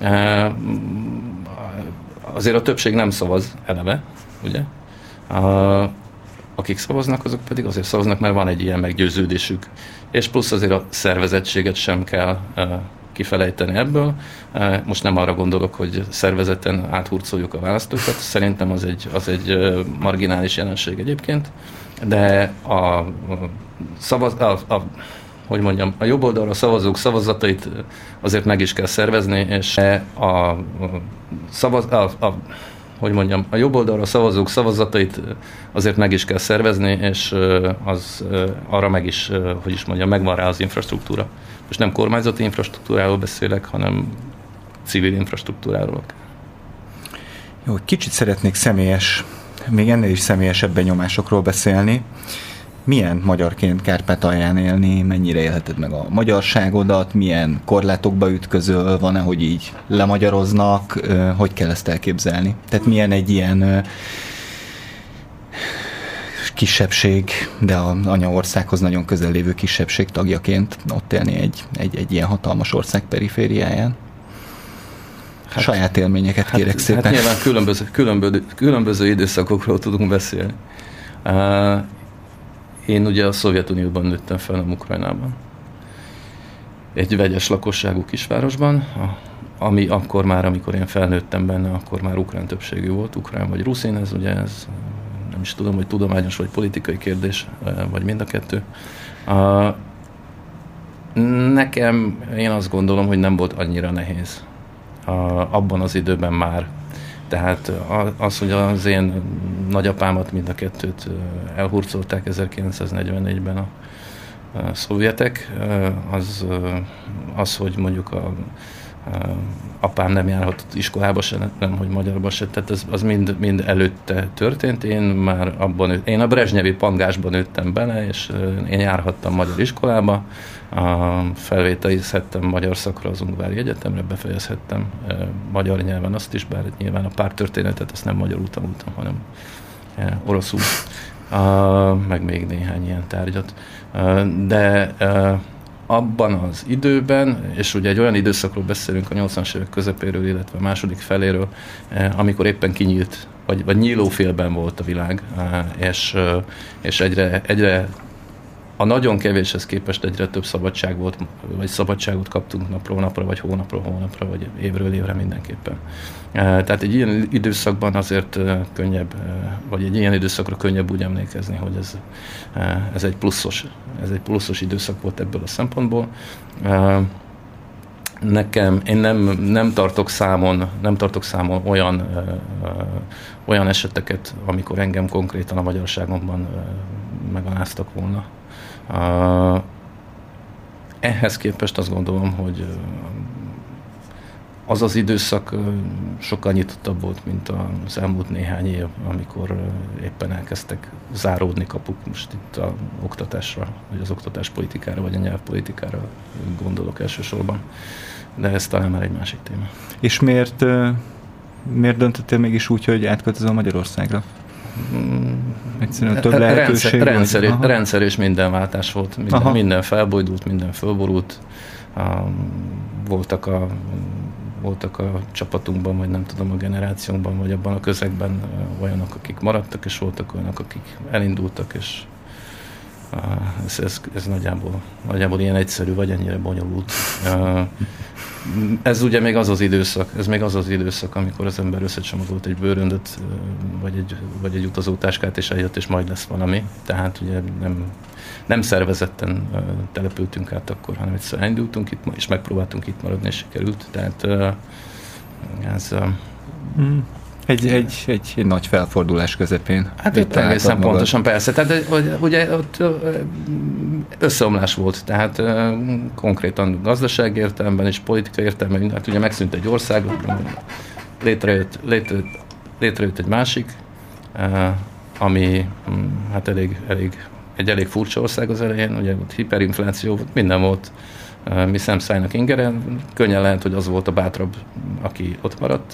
Azért a többség nem szavaz eleve, ugye? Akik szavaznak, azok pedig azért szavaznak, mert van egy ilyen meggyőződésük. És plusz azért a szervezettséget sem kell kifelejteni ebből. Most nem arra gondolok, hogy szervezeten áthurcoljuk a választókat, szerintem az egy marginális jelenség egyébként, de a jobb oldalra szavazók szavazatait azért meg is kell szervezni, és a jobb oldalra szavazók szavazatait azért meg is kell szervezni, és arra megvan rá az infrastruktúra. Most nem kormányzati infrastruktúráról beszélek, hanem civil infrastruktúráról. Jó, kicsit szeretnék még ennél is személyesebb benyomásokról beszélni. Milyen magyarként Kárpátalján élni, mennyire élheted meg a magyarságodat, milyen korlátokba ütközöl, van-e, hogy így lemagyaroznak, hogy kell ezt elképzelni? Tehát milyen egy ilyen kisebbség, de az anyaországhoz nagyon közel lévő kisebbség tagjaként ott élni egy ilyen hatalmas ország perifériáján? Saját élményeket kérek szépen. Hát nyilván különböző időszakokról tudunk beszélni. Én ugye a Szovjetunióban nőttem fel, nem Ukrajnában. Egy vegyes lakosságú kisvárosban, ami akkor már, amikor én felnőttem benne, akkor már ukrán többségű volt, ukrán vagy ruszin, ez nem is tudom, hogy tudományos vagy politikai kérdés, vagy mind a kettő. Nekem, én azt gondolom, hogy nem volt annyira nehéz. Abban az időben már. Tehát az, hogy az én nagyapámat, mind a kettőt elhurcolták 1944-ben a szovjetek, az, hogy mondjuk apám nem járhatott iskolába se, nem, hogy magyarba se, tehát az mind előtte történt. Én a Brezsnyevi pangásban nőttem bele, és én járhattam magyar iskolába, felvételizhettem magyar szakra az Ungvári Egyetemre, befejezhettem magyar nyelven azt is, bár nyilván a párttörténetet azt nem magyarul tanultam, hanem oroszul, meg még néhány ilyen tárgyat. De abban az időben, és ugye egy olyan időszakról beszélünk a 80-as évek közepéről, illetve a második feléről, amikor éppen kinyílt, vagy nyílófélben volt a világ, és egyre a nagyon kevéshez képest egyre több szabadság volt, vagy szabadságot kaptunk napról napra, vagy hónapról hónapra, vagy évről évre mindenképpen. Tehát egy ilyen időszakban azért könnyebb, vagy egy ilyen időszakra könnyebb úgy emlékezni, hogy ez egy pluszos időszak volt ebből a szempontból. Én nem tartok számon olyan eseteket, amikor engem konkrétan a magyarságomban megaláztak volna. Ehhez képest azt gondolom, hogy az az időszak sokkal nyitottabb volt, mint az elmúlt néhány év, amikor éppen elkezdtek záródni kapuk, most itt az oktatásra, vagy az oktatáspolitikára, vagy a nyelvpolitikára gondolok elsősorban. De ez talán már egy másik téma. És miért döntöttél mégis úgy, hogy átköltözöl Magyarországra? Egyszerűen több lehetőség rendszer és mindenváltás volt. Minden felbojdult, minden fölborult. Voltak a csapatunkban, vagy nem tudom, a generációnkban, vagy abban a közegben olyanok, akik maradtak, és voltak olyanok, akik elindultak, és ez nagyjából ilyen egyszerű, vagy ennyire bonyolult. Ez ugye még az az időszak, amikor az ember összecsomagolt egy bőröndöt, vagy egy utazótáskát, és eljött, és majd lesz valami. Tehát ugye nem szervezetten települtünk át akkor, hanem egyszer elindultunk itt, és megpróbáltunk itt maradni, és sikerült. Tehát ez... Egy nagy felfordulás közepén. Hát itt egészen pontosan, persze. Tehát ugye ott összeomlás volt, tehát konkrétan gazdasági értelemben és politikai értelemben, hát ugye megszűnt egy ország, létrejött egy másik, ami hát egy elég furcsa ország az elején, ugye ott hiperinfláció volt, minden volt, mi szemszájnak ingere, könnyen lehet, hogy az volt a bátrabb, aki ott maradt.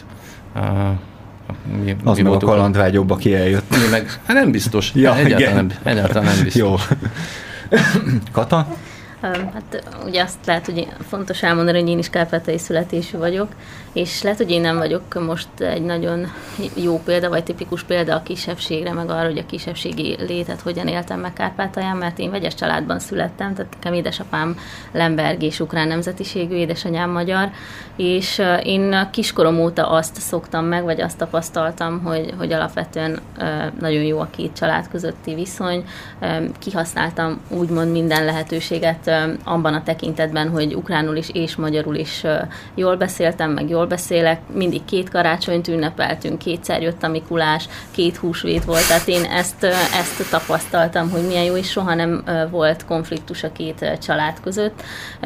Az meg a kalandvágyóbb, aki eljött. Hát nem biztos. Ja, egyáltalán nem biztos. Jó. Kata? Hát ugye azt lehet, hogy fontos elmondani, hogy én is kárpátaljai születésű vagyok, és lehet, hogy én nem vagyok most egy nagyon jó példa, vagy tipikus példa a kisebbségre, meg arra, hogy a kisebbségi létet hogyan éltem meg Kárpátalján, mert én vegyes családban születtem, tehát nekem édesapám lemberg és ukrán nemzetiségű, édesanyám magyar, és én kiskorom óta azt szoktam meg, vagy azt tapasztaltam, hogy alapvetően nagyon jó a két család közötti viszony. Kihasználtam úgymond minden lehetőséget abban a tekintetben, hogy ukránul is és magyarul is jól beszéltem, meg jól beszélek. Mindig 2 karácsonyt ünnepeltünk, 2-szer jött a Mikulás, 2 húsvét volt, tehát én ezt tapasztaltam, hogy milyen jó, és soha nem volt konfliktus a 2 család között.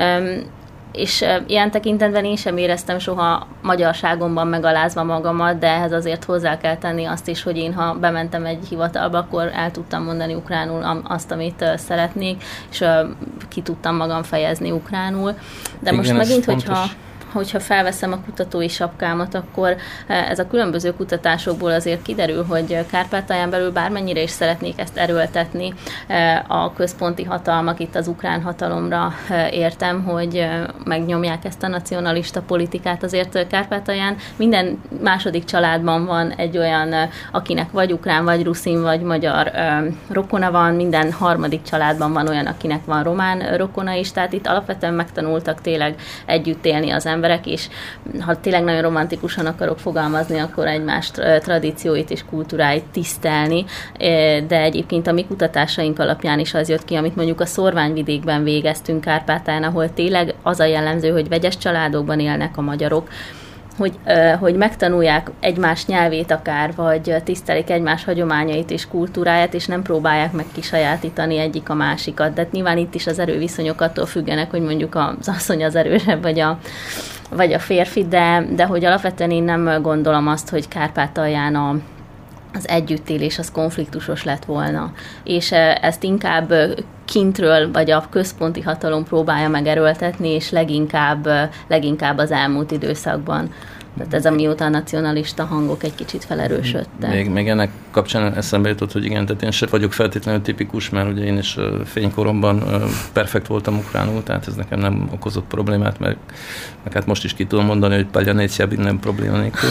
És ilyen tekintetben én sem éreztem soha magyarságomban megalázva magamat, de ehhez azért hozzá kell tenni azt is, hogy én, ha bementem egy hivatalba, akkor el tudtam mondani ukránul azt, amit szeretnék, és ki tudtam magam fejezni ukránul. De igen, most megint, hogyha felveszem a kutatói sapkámat, akkor ez a különböző kutatásokból azért kiderül, hogy Kárpátalján belül bármennyire is szeretnék ezt erőltetni, a központi hatalmak itt az ukrán hatalomra értem, hogy megnyomják ezt a nacionalista politikát. Azért Kárpátalján minden második családban van egy olyan, akinek vagy ukrán, vagy ruszin, vagy magyar rokona van, minden harmadik családban van olyan, akinek van román rokona is, tehát itt alapvetően megtanultak tényleg együtt élni az emberek, és ha tényleg nagyon romantikusan akarok fogalmazni, akkor egymás tradícióit és kultúráit tisztelni, de egyébként a mi kutatásaink alapján is az jött ki, amit mondjuk a Szorványvidékben végeztünk Kárpátalján, ahol tényleg az a jellemző, hogy vegyes családokban élnek a magyarok, hogy megtanulják egymás nyelvét akár, vagy tisztelik egymás hagyományait és kultúráját, és nem próbálják meg kisajátítani egyik a másikat. De nyilván itt is az erőviszonyok attól függenek, hogy mondjuk az asszony az erősebb, vagy a férfi, de hogy alapvetően én nem gondolom azt, hogy Kárpátalján az együttélés az konfliktusos lett volna. És ezt inkább kintről, vagy a központi hatalom próbálja megerőltetni, és leginkább az elmúlt időszakban. Tehát ez amióta a nacionalista hangok egy kicsit felerősödtek. Még ennek kapcsán eszembe jutott, hogy igen, tehát én sem vagyok feltétlenül tipikus, mert ugye én is fénykoromban perfekt voltam ukránul, tehát ez nekem nem okozott problémát, meg hát most is ki tudom mondani, hogy Palyanéciában nem probléma nélkül.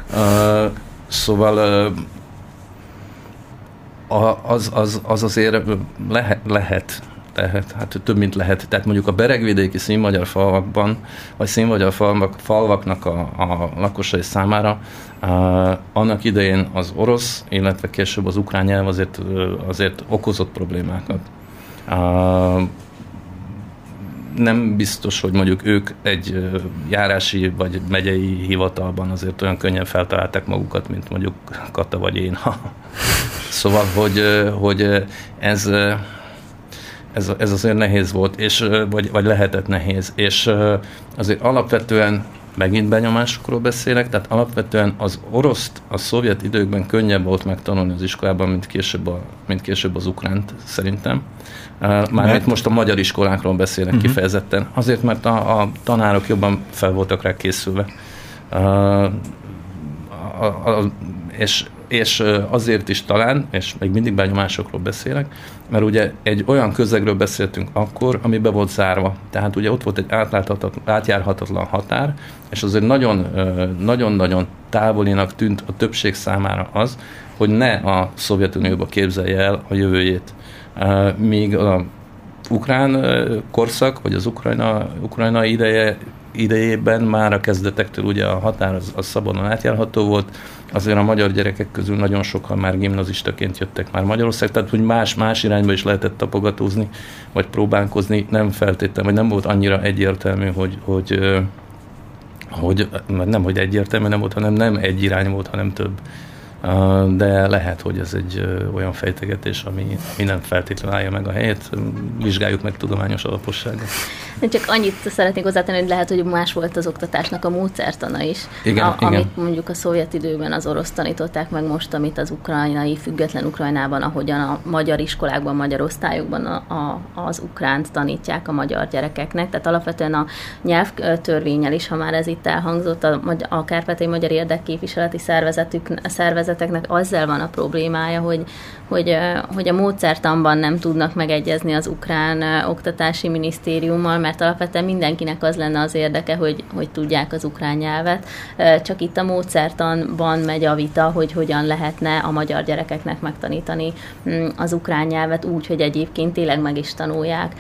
Szóval az azért lehet, hát több, mint lehet. Tehát mondjuk a beregvidéki színmagyar falvakban, vagy színmagyar falvaknak a lakosai számára annak idején az orosz, illetve később az ukrán nyelv azért okozott problémákat. Nem biztos, hogy mondjuk ők egy járási vagy megyei hivatalban azért olyan könnyen feltalálták magukat, mint mondjuk Kata vagy én. Szóval, hogy ez azért nehéz volt, és, vagy lehetett nehéz. És azért alapvetően, megint benyomásokról beszélek, tehát alapvetően az oroszt a szovjet időkben könnyebb volt megtanulni az iskolában, mint később az ukránt, szerintem. Mármint most a magyar iskolákról beszélek kifejezetten. Azért, mert a tanárok jobban fel voltak rá készülve. És azért is talán, és még mindig benyomásokról beszélek, mert ugye egy olyan közegről beszéltünk akkor, ami be volt zárva. Tehát ugye ott volt egy átjárhatatlan határ, és azért nagyon-nagyon távolinak tűnt a többség számára az, hogy ne a Szovjetunióba képzelje el a jövőjét. Míg a ukrán korszak, vagy az Ukrajna idejében már a kezdetektől ugye a határ az szabadon átjárható volt, azért a magyar gyerekek közül nagyon sokan már gimnazistaként jöttek már Magyarország, tehát hogy más irányba is lehetett tapogatózni, vagy próbálkozni, nem feltétlenül, vagy nem volt annyira egyértelmű, hogy nem, hogy egyértelmű nem volt, hanem nem egy irány volt, hanem több. De lehet, hogy ez egy olyan fejtegetés, ami nem feltétlenül állja meg a helyét. Vizsgáljuk meg tudományos alapossággal. Csak annyit szeretnék hozzátenni, hogy lehet, hogy más volt az oktatásnak a módszertana is. Igen. Amit mondjuk a szovjet időben az orosz tanították meg most, amit az ukrajnai, független Ukrajnában, ahogyan a magyar iskolákban, magyar osztályokban az ukránt tanítják a magyar gyerekeknek. Tehát alapvetően a nyelvtörvénnyel is, ha már ez itt elhangzott, a Kárpátaljai Magyar Érdekképviseleti Szervezet szervezeteknek azzal van a problémája, hogy a módszertanban nem tudnak megegyezni az ukrán oktatási minisztériummal, mert alapvetően mindenkinek az lenne az érdeke, hogy tudják az ukrán nyelvet. Csak itt a módszertanban megy a vita, hogy hogyan lehetne a magyar gyerekeknek megtanítani az ukrán nyelvet úgy, hogy egyébként tényleg meg is tanulják,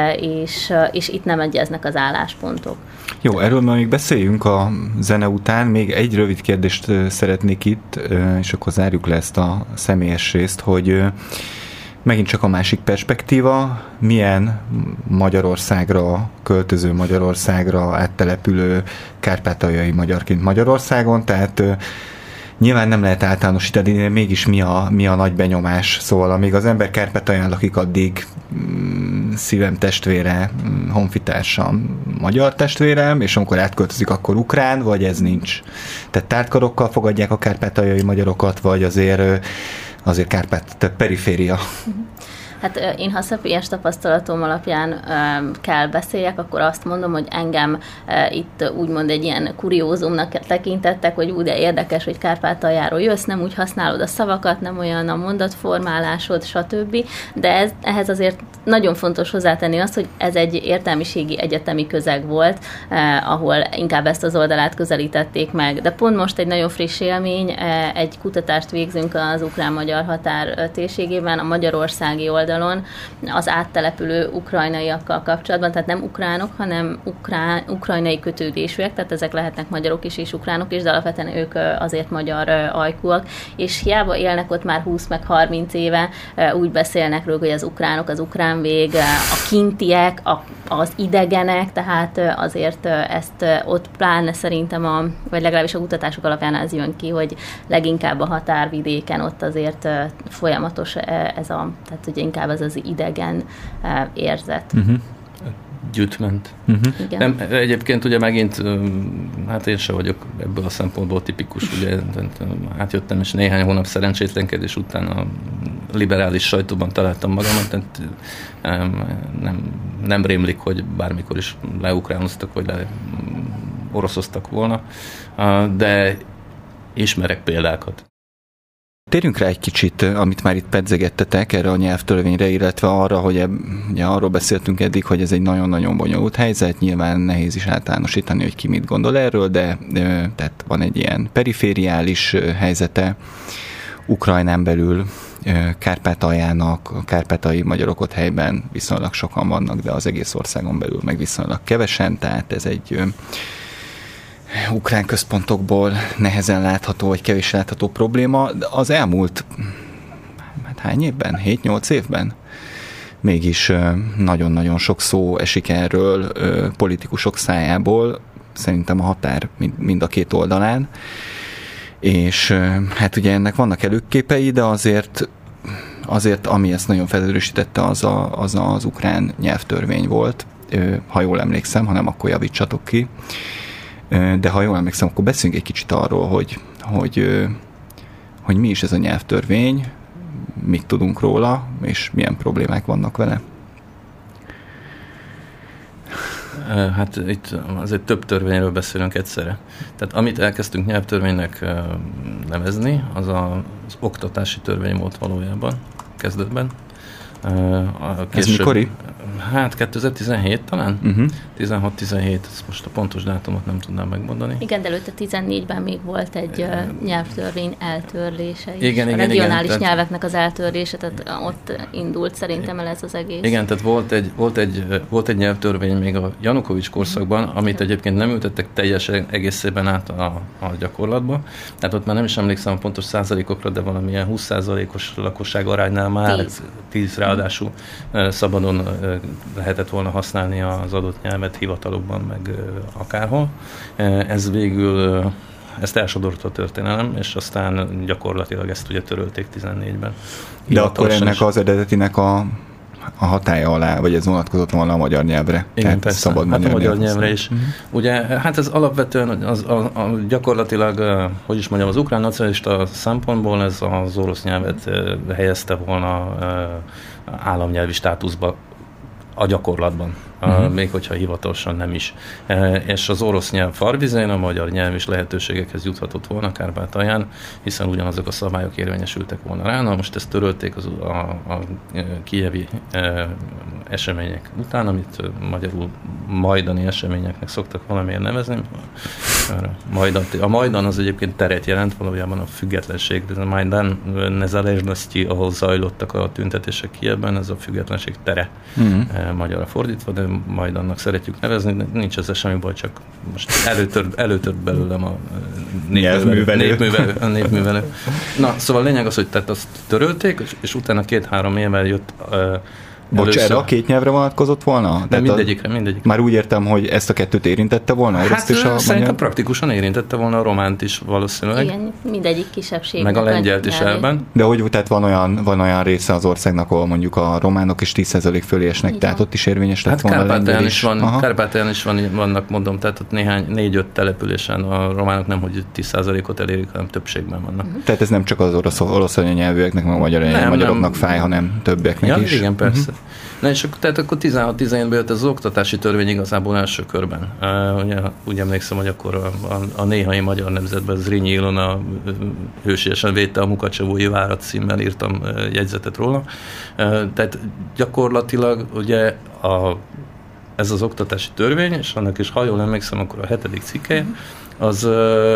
és itt nem egyeznek az álláspontok. Jó, erről már még beszéljünk a zene után. Még egy rövid kérdést szeretnék itt, és akkor zárjuk le ezt a személyes részt, hogy megint csak a másik perspektíva, milyen Magyarországra, költöző Magyarországra, áttelepülő kárpátaljai magyarként Magyarországon, tehát nyilván nem lehet általánosítani, de mégis mi a nagy benyomás. Szóval amíg az ember Kárpátalján lakik, addig szívem testvére, honfitársam, magyar testvérem, és amikor átköltözik, akkor ukrán, vagy ez nincs. Tehát tártkarokkal fogadják a kárpátaljai magyarokat, vagy azért Kárpát periféria. Hát én, ha személyes tapasztalatom alapján kell beszéljek, akkor azt mondom, hogy engem itt úgymond egy ilyen kuriózumnak tekintettek, hogy de érdekes, hogy Kárpátaljáról jössz, nem úgy használod a szavakat, nem olyan a mondatformálásod, stb. De ehhez azért nagyon fontos hozzátenni azt, hogy ez egy értelmiségi egyetemi közeg volt, ahol inkább ezt az oldalát közelítették meg. De pont most egy nagyon friss élmény, egy kutatást végzünk az ukrán-magyar határ térségében, a magyarországi oldalon, az áttelepülő ukrajnaiakkal kapcsolatban, tehát nem ukránok, hanem ukrajnai kötődésűek, tehát ezek lehetnek magyarok is és ukránok is, de alapvetően ők azért magyar ajkúak, és hiába élnek ott már 20 meg 30 éve, úgy beszélnek róla, hogy az ukránok, az ukrán vég, a kintiek, az idegenek, tehát azért ezt ott pláne szerintem, vagy legalábbis a kutatások alapján az jön ki, hogy leginkább a határvidéken ott azért folyamatos tehát ugye inkább az idegen érzet. Gyűjtment. Nem, egyébként ugye megint, hát én sem vagyok ebből a szempontból tipikus, ugye átjöttem, és néhány hónap szerencsétlenkedés után a liberális sajtóban találtam magamat, tehát nem rémlik, hogy bármikor is leukránoztak, vagy leoroszoztak volna, de ismerek példákat. Térjünk rá egy kicsit, amit már itt pedzegettetek erre a nyelvtörvényre, illetve arra, hogy ugye arról beszéltünk eddig, hogy ez egy nagyon-nagyon bonyolult helyzet, nyilván nehéz is általánosítani, hogy ki mit gondol erről, de tehát van egy ilyen perifériális helyzete Ukrajnán belül, Kárpátaljának, a kárpátaljai magyarok ott helyben viszonylag sokan vannak, de az egész országon belül meg viszonylag kevesen, tehát ez egy ukrán központokból nehezen látható, vagy kevés látható probléma. Az elmúlt hány évben? 7-8 évben? Mégis nagyon-nagyon sok szó esik erről politikusok szájából, szerintem a határ mind a két oldalán. És hát ugye ennek vannak előképei, de azért ami ezt nagyon felerősítette, az ukrán nyelvtörvény volt. Ha jól emlékszem, ha nem, akkor javítsatok ki. De ha jól emlékszem, akkor beszéljünk egy kicsit arról, hogy mi is ez a nyelvtörvény, mit tudunk róla, és milyen problémák vannak vele. Hát itt azért több törvényről beszélünk egyszerre. Tehát amit elkezdtünk nyelvtörvénynek nevezni, az az oktatási törvény volt valójában kezdetben. Ez mikori? Hát 2017 talán? 16-17, most a pontos dátumot nem tudnám megmondani. Igen, de előtte 14-ben még volt egy nyelvtörvény eltörlése is. Igen, a regionális nyelveknek az eltörlése, tehát ott indult szerintem el ez az egész. Igen, tehát volt egy nyelvtörvény még a Janukovics korszakban, amit egyébként nem ültettek teljesen egészében át a gyakorlatba. Tehát ott már nem is emlékszem a pontos százalékokra, de valamilyen 20%-os lakosság aránynál már 10 ráadásul szabadon lehetett volna használni az adott nyelvet hivatalokban, meg akárhol. Ez végül ezt elsodorta a történelem, és aztán gyakorlatilag ezt ugye törölték 14-ben. De akkor ennek az eredetinek a hatálya alá, vagy ez vonatkozott volna a magyar nyelvre? Igen, persze. Szabad hát a magyar nyelvre is. Ugye, hát ez alapvetően gyakorlatilag, hogy is mondjam, az ukrán nacionalista szempontból ez az orosz nyelvet helyezte volna államnyelvi státuszba a gyakorlatban, még hogyha hivatalosan nem is. És az orosz nyelv farvizén, a magyar nyelv is lehetőségekhez juthatott volna Kárpátalján, hiszen ugyanazok a szabályok érvényesültek volna rá. Na, most ezt törölték a kijevi események után, amit magyarul majdani eseményeknek szoktak valamiért nevezni. A Majdan az egyébként teret jelent, valójában a függetlenség, de a Majdan nezalezsnosti, ahol zajlottak a tüntetések Kijevben, ez a függetlenség tere magyarra fordítva, de Majdannak szeretjük nevezni, de nincs ezzel semmi baj, csak most előtört belőlem a népművelő. Na, szóval lényeg az, hogy tehát azt törölték, és utána 2-3 évvel jött bocs, erre a két nyelvre vonatkozott volna? De mindegyikre. Már úgy értem, hogy ezt a kettőt érintette volna? Hát szerintem praktikusan érintette volna a románt is valószínűleg. Igen, mindegyik kisebbség. Meg a lengyelt is elben. De hogy tehát van olyan része az országnak, ahol mondjuk a románok is 10% fölé esnek, igen. Tehát ott is érvényes lett volna a lengyel is. Kárpátalján is vannak, mondom, tehát ott néhány 4-5 településen a románok nem, hogy 10%-ot elérik, hanem többségben vannak. Tehát ez nem csak az orosz anyanyelvűeknek, meg a magyaroknak fáj, hanem többieknek is. Igen, persze. Na és tehát akkor 16-17-ben jött az oktatási törvény igazából első körben. Úgy emlékszem, hogy akkor a néhai magyar nemzetben Zrínyi Ilona hősiesen védte a Mukacsevói várat címmel, írtam jegyzetet róla. Tehát gyakorlatilag ugye ez az oktatási törvény, és annak is, ha jól emlékszem, akkor a 7. cikkelye, az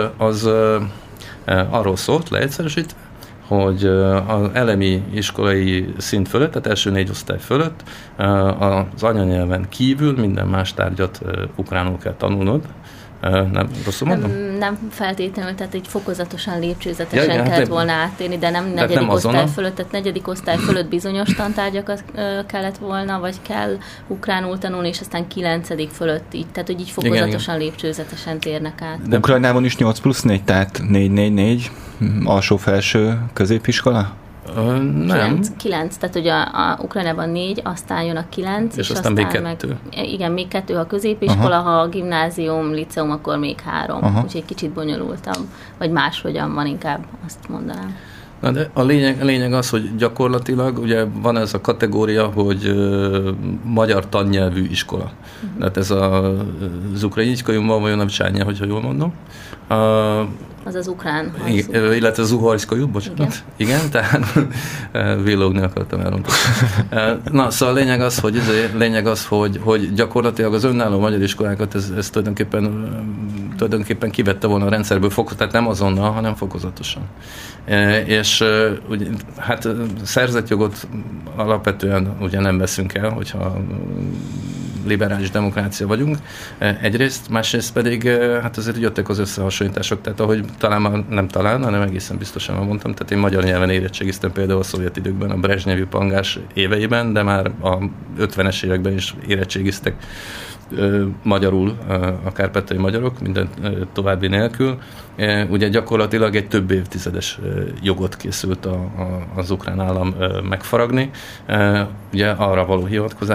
arról szólt, leegyszerűsítve, hogy az elemi iskolai szint fölött, tehát első 4 osztály fölött az anyanyelven kívül minden más tárgyat ukránul kell tanulnod. Nem rosszul mondom? Nem feltétlenül, tehát így fokozatosan, lépcsőzetesen kellett volna áttérni, de nem 4. osztály fölött, tehát 4. osztály fölött bizonyos tantárgyakat kellett volna, vagy kell ukránul tanulni, és aztán 9. fölött így, tehát hogy így fokozatosan, lépcsőzetesen térnek át. De Ukrajnában is 8+4, tehát 4-4-4, alsó-felső középiskola? Nem. 9, tehát hogy a Ukrajnában 4, aztán jön a 9, és aztán még 2. Igen, még 2 a középiskola, ha a gimnázium, liceum, akkor még 3. Úgyhogy kicsit bonyolultabb, vagy máshogyan van, inkább azt mondanám. Na de a lényeg az, hogy gyakorlatilag ugye van ez a kategória, hogy magyar tannyelvű iskola. Tehát ez az ukrajinszkai mova навчання, hogyha jól mondom. Az az ukrán. Illetve az uharszkai, bocsánat. Igen, tehát villogni akartam elrontani. Na, szóval lényeg az, hogy gyakorlatilag az önálló magyar iskolákat ez tulajdonképpen kivette volna a rendszerből, tehát nem azonnal, hanem fokozatosan. És ugye, hát szerzett jogot alapvetően ugye nem veszünk el, hogyha liberális demokrácia vagyunk egyrészt, másrészt pedig hát azért jöttek az összehasonlítások, tehát ahogy hanem egészen biztosan mondtam, tehát én magyar nyelven érettségiztem például a szovjet időkben, a Brezsnyevi pangás éveiben, de már a 50-es években is érettségiztek magyarul a kárpátaljai magyarok, minden további nélkül. Ugye gyakorlatilag egy több évtizedes jogot készült az ukrán állam megfaragni. Ugye arra való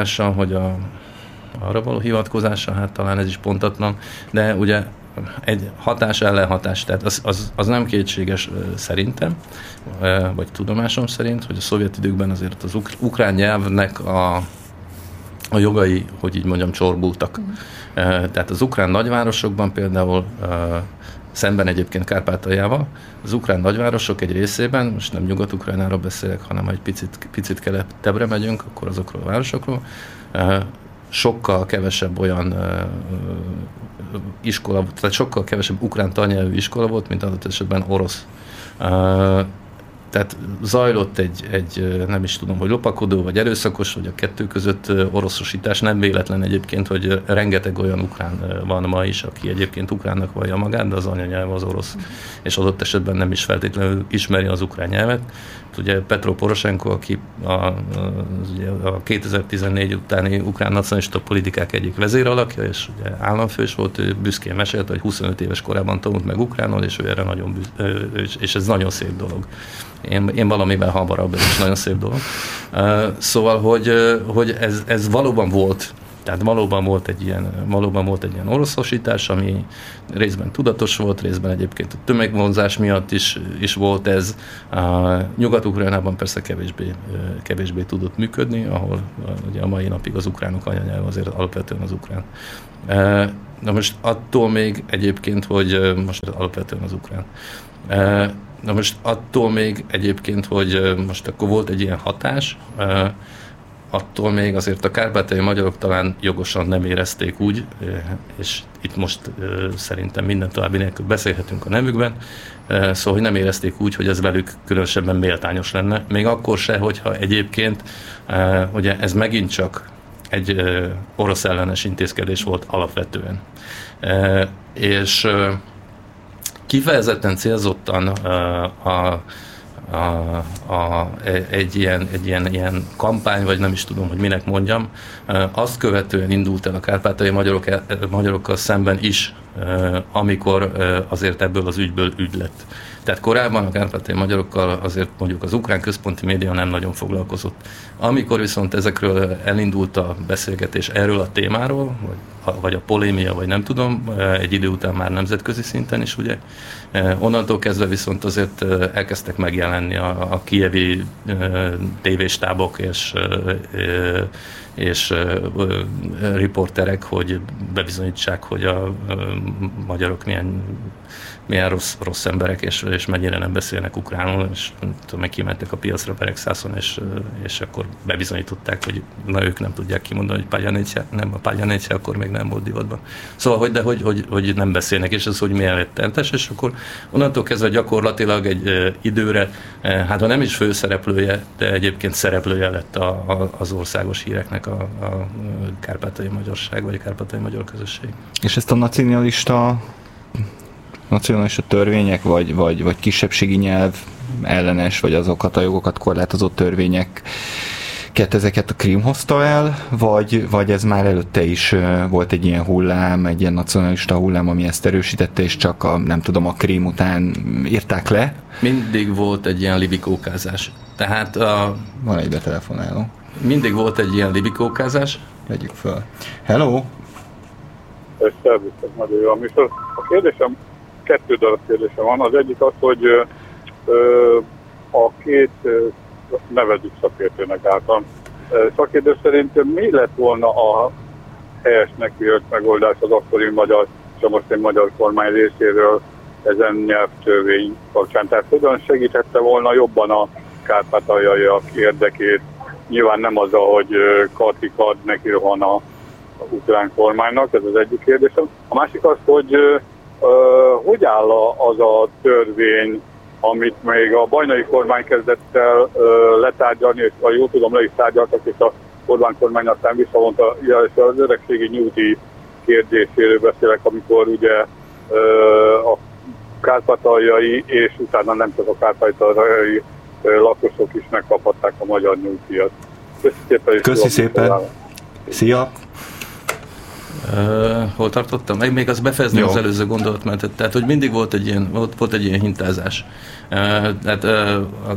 hivatkozással, hát talán ez is pontatlan, de ugye egy hatás ellenhatás, tehát az nem kétséges szerintem, vagy tudomásom szerint, hogy a szovjet időkben azért az ukrán nyelvnek a jogai, hogy így mondjam, csorbultak. Tehát az ukrán nagyvárosokban például szemben egyébként Kárpátaljával, az ukrán nagyvárosok egy részében, most nem Nyugat-Ukrajnáról beszélek, hanem ha egy picit keletebbre megyünk, akkor azokról a városokról, sokkal kevesebb olyan iskola, tehát sokkal kevesebb ukrán tannyelvű iskola volt, mint adott esetben orosz. Tehát zajlott egy nem is tudom, hogy lopakodó, vagy erőszakos, vagy a kettő között oroszosítás. Nem véletlen egyébként, hogy rengeteg olyan ukrán van ma is, aki egyébként ukránnak vallja magát, de az anyanyelve az orosz. És adott esetben nem is feltétlenül ismeri az ukrán nyelvet. Ugye Petro Poroshenko, aki a 2014 utáni ukrán nacionalista politikák egyik vezéralakja, és ugye államfős volt, ő büszkén mesélte, hogy 25 éves korában tanult meg ukránul, és ő erre nagyon és ez nagyon szép dolog. Én valamivel hamarabb, ez is nagyon szép dolog. Szóval, hogy ez valóban volt Tehát valóban volt egy ilyen oroszosítás, ami részben tudatos volt, részben egyébként a tömegvonzás miatt is volt ez. Nyugat-Ukrajnában persze kevésbé tudott működni, ahol ugye a mai napig az ukránok anyanyelv azért alapvetően az ukrán. Na most attól még egyébként, hogy most akkor volt egy ilyen hatás, attól még azért a kárpátaljai magyarok talán jogosan nem érezték úgy, és itt most szerintem minden további nélkül beszélhetünk a nevükben, szóval hogy nem érezték úgy, hogy ez velük különösebben méltányos lenne. Még akkor se, hogyha egyébként ugye ez megint csak egy orosz ellenes intézkedés volt alapvetően. És kifejezetten célzottan egy ilyen kampány, vagy nem is tudom, hogy minek mondjam, azt követően indult el a kárpátaljai magyarokkal szemben is, amikor azért ebből az ügyből ügy lett. Tehát korábban a kárpátaljai magyarokkal azért mondjuk az ukrán központi média nem nagyon foglalkozott. Amikor viszont ezekről elindult a beszélgetés erről a témáról, vagy a polémia, vagy nem tudom, egy idő után már nemzetközi szinten is, ugye, onnantól kezdve viszont azért elkezdtek megjelenni a kijevi tévéstábok és riporterek, hogy bebizonyítsák, és a magyarok milyen rossz emberek, és mennyire nem beszélnek ukránul, és meg kimentek a piacra Peregszászon, és akkor bebizonyították, hogy ők nem tudják kimondani, hogy Pályanécse, akkor még nem volt divatban. Szóval, hogy nem beszélnek, és ez hogy milyen rettentes, és akkor onnantól kezdve gyakorlatilag egy időre, hát ha nem is főszereplője, de egyébként szereplője lett az országos híreknek a kárpátaljai magyarság, vagy a kárpátaljai magyar közösség. És ezt a nacionalista törvények, vagy kisebbségi nyelv ellenes, vagy azokat a jogokat korlátozó törvények ezeket a Krím hozta el, vagy ez már előtte is volt egy ilyen hullám, egy ilyen nacionalista hullám, ami ezt erősítette, és csak a Krím után írták le? Mindig volt egy ilyen libikókázás. Tehát van egy betelefonáló. Mindig volt egy ilyen libikókázás. Vegyük föl. Hello! Szervusztok, nagyon jó a műsor. A kérdésem, 2 darab kérdésem van. Az egyik az, hogy a két nevezzük szakértőnek által. Szakértő szerint mi lett volna a helyesnek vélt megoldás az akkori magyar és a mostani magyar kormány részéről ezen nyelvtörvény kapcsán? Tehát hogyan segíthette volna jobban a kárpátaljaiak érdekét? Nyilván nem az, hogy kartikad neki rohan a ukrán kormánynak, ez az egyik kérdésem. A másik az, hogy áll az a törvény, amit még a bajnai kormány kezdett el letárgyalni, és ha jól tudom, le is tárgyaltak, és a Orbán kormány aztán visszavonta, és az öregségi nyugdíj kérdéséről beszélek, amikor ugye a kárpátaljai, és utána nem csak a kárpátaljai lakosok is megkaphatták a magyar nyugdíjat. Köszi szépen! Szia! Hol tartottam? Még azt befejezném az előző gondolatmenetet. Tehát, hogy mindig volt egy ilyen hintázás. Tehát a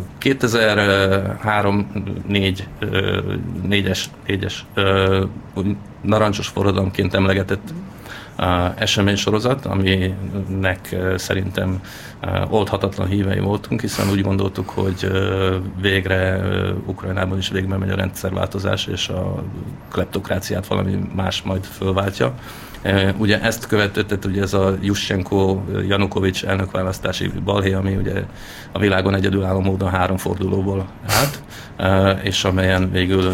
2003-4-es narancsos forradalomként emlegetett eseménysorozat, aminek szerintem oldhatatlan hívei voltunk, hiszen úgy gondoltuk, hogy végre Ukrajnában is végbe megy a rendszerváltozás, és a kleptokráciát valami más majd fölváltja. Ugye ezt követett, ugye ez a Juschenko-Janukovics elnökválasztási balhé, ami ugye a világon egyedülálló módon 3 fordulóból állt, és amelyen végül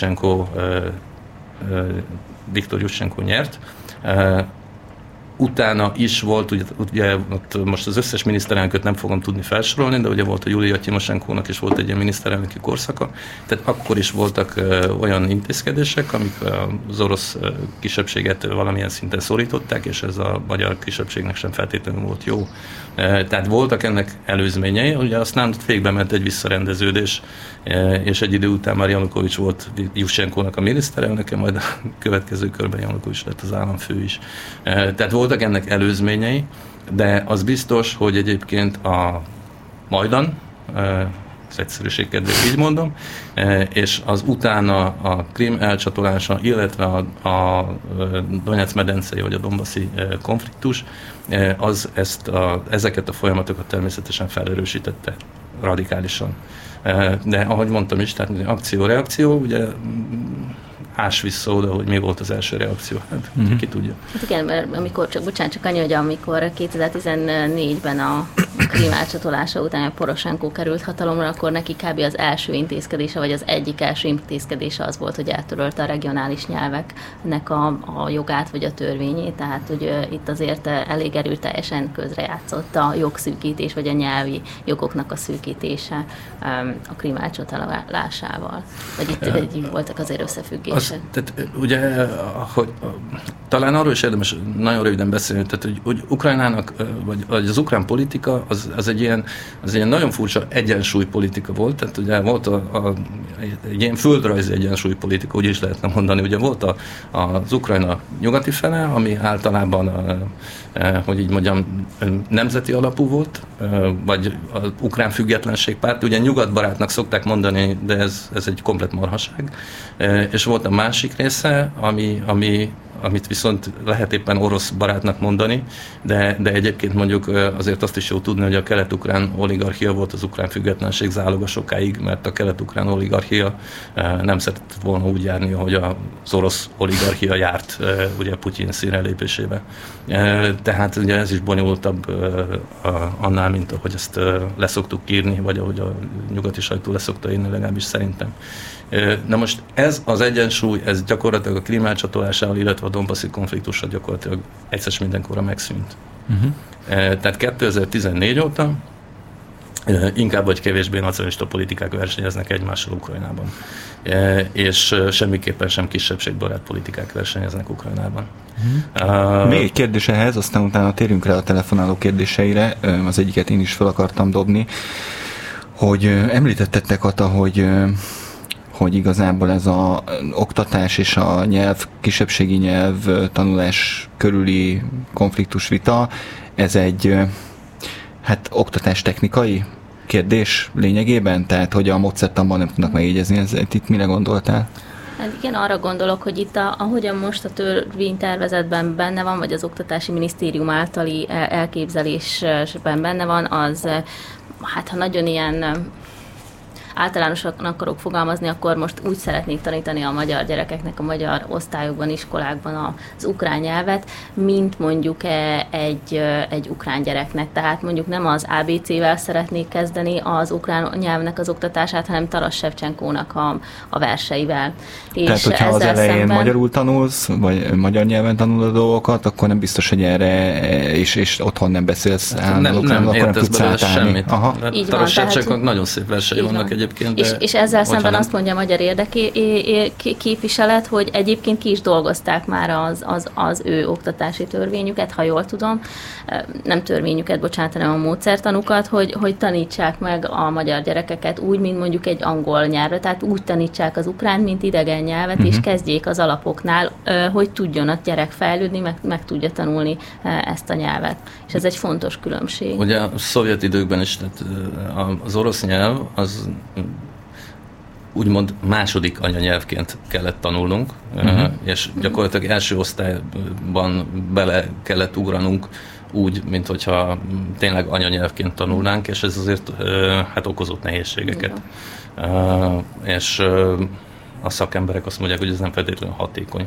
Viktor Juschenko nyert. Utána is volt, ugye most az összes miniszterelnököt nem fogom tudni felsorolni, de ugye volt a Julia Timosenkónak is volt egy ilyen miniszterelnöki korszaka, tehát akkor is voltak olyan intézkedések, amik az orosz kisebbséget valamilyen szinten szorították, és ez a magyar kisebbségnek sem feltétlenül volt jó. Tehát voltak ennek előzményei, ugye aztán végbe ment egy visszarendeződés, és egy idő után már Janukovics volt Juschenkónak a miniszterelnöke, majd a következő körben Janukovics lett az államfő is. Tehát voltak ennek előzményei, de az biztos, hogy egyébként a Majdan az egyszerűség kedvéért így mondom, és az utána a Krím elcsatolása, illetve a Donetsz-medencei vagy a Donbaszi konfliktus, az ezeket a folyamatokat természetesen felerősítette radikálisan. De ahogy mondtam is, tehát akció-reakció, ugye ás vissza oda, hogy mi volt az első reakció. Hát ki tudja. Hát igen, mert amikor, csak annyi, hogy amikor 2014-ben a Krím elcsatolása után a Poroshenko került hatalomra, akkor neki kb. Az első intézkedése, vagy az egyik első intézkedése az volt, hogy eltörölte a regionális nyelveknek a jogát, vagy a törvényét, tehát hogy itt azért elég erőteljesen közrejátszott a jogszűkítés, vagy a nyelvi jogoknak a szűkítése a Krím elcsatolásával. Vagy itt voltak azért összefüggések. Tehát ugye, hogy talán arról is érdemes nagyon röviden beszélni, tehát hogy Ukrajnának, vagy az ukrán politika, az egy ilyen nagyon furcsa egyensúlypolitika volt, tehát ugye volt egy ilyen földrajzi egyensúlypolitika, úgy is lehetne mondani, ugye volt az Ukrajna nyugati fele, ami általában, hogy így mondjam, nemzeti alapú volt, vagy az ukrán függetlenségpárt, ugye nyugatbarátnak szokták mondani, de ez egy komplet marhaság, és volt a másik része, amit viszont lehet éppen orosz barátnak mondani, de egyébként mondjuk azért azt is jó tudni, hogy a kelet-ukrán oligarchia volt az ukrán függetlenség záloga sokáig, mert a kelet-ukrán oligarchia nem szeretett volna úgy járni, hogy az orosz oligarchia járt ugye Putyin színre lépésébe. Tehát ugye ez is bonyolultabb annál, mint ahogy ezt leszoktuk írni, vagy ahogy a nyugati sajtó leszokta írni, legalábbis szerintem. Na most ez az egyensúly, ez gyakorlatilag a Krím elcsatolásával, illetve a Donbaszi konfliktussal gyakorlatilag egyszer mindenkorra megszűnt. Tehát 2014 óta inkább vagy kevésbé nacionalista politikák versenyeznek egymással Ukrajnában. És semmiképpen sem kisebbségbarát politikák versenyeznek Ukrajnában. Még egy kérdés ehhez, aztán utána térjünk rá a telefonáló kérdéseire. Az egyiket én is fel akartam dobni, hogy említettetek, Kata, hogy igazából ez az oktatás és a kisebbségi nyelv tanulás körüli konfliktusvita, ez egy oktatástechnikai kérdés lényegében? Tehát, hogy a módszertanban nem tudnak megjegyezni, itt mire gondoltál? Hát igen, arra gondolok, hogy itt ahogyan most a törvénytervezetben benne van, vagy az Oktatási Minisztérium általi elképzelésben benne van, az hát ha nagyon ilyen általánosan akarok fogalmazni, akkor most úgy szeretnék tanítani a magyar gyerekeknek a magyar osztályokban, iskolákban az ukrán nyelvet, mint mondjuk egy ukrán gyereknek. Tehát mondjuk nem az ABC-vel szeretnék kezdeni az ukrán nyelvnek az oktatását, hanem Taras Sevcsenkónak a verseivel. Tehát, hogyha az elején magyarul tanulsz, vagy magyar nyelven tanulod a dolgokat, akkor nem biztos, hogy erre, és otthon nem beszélsz állandóan, akkor nem tudsz átállni. Semmit. Taras Sevcsenkónak nagyon szép versei vannak egyébként. És ezzel szemben azt mondja a magyar érdekképviselet, hogy egyébként ki is dolgozták már az ő oktatási törvényüket, ha jól tudom, nem törvényüket, bocsánat, hanem a módszertanukat, hogy tanítsák meg a magyar gyerekeket úgy, mint mondjuk egy angol nyelvre, tehát úgy tanítsák az ukrán, mint idegen nyelvet, és kezdjék az alapoknál, hogy tudjon a gyerek fejlődni, meg tudja tanulni ezt a nyelvet. És ez egy fontos különbség. Ugye a szovjet időkben is, tehát az orosz nyelv, az úgymond második anyanyelvként kellett tanulnunk, és gyakorlatilag első osztályban bele kellett ugranunk úgy, mint hogyha tényleg anyanyelvként tanulnánk, és ez azért okozott nehézségeket. És a szakemberek azt mondják, hogy ez nem feltétlenül hatékony.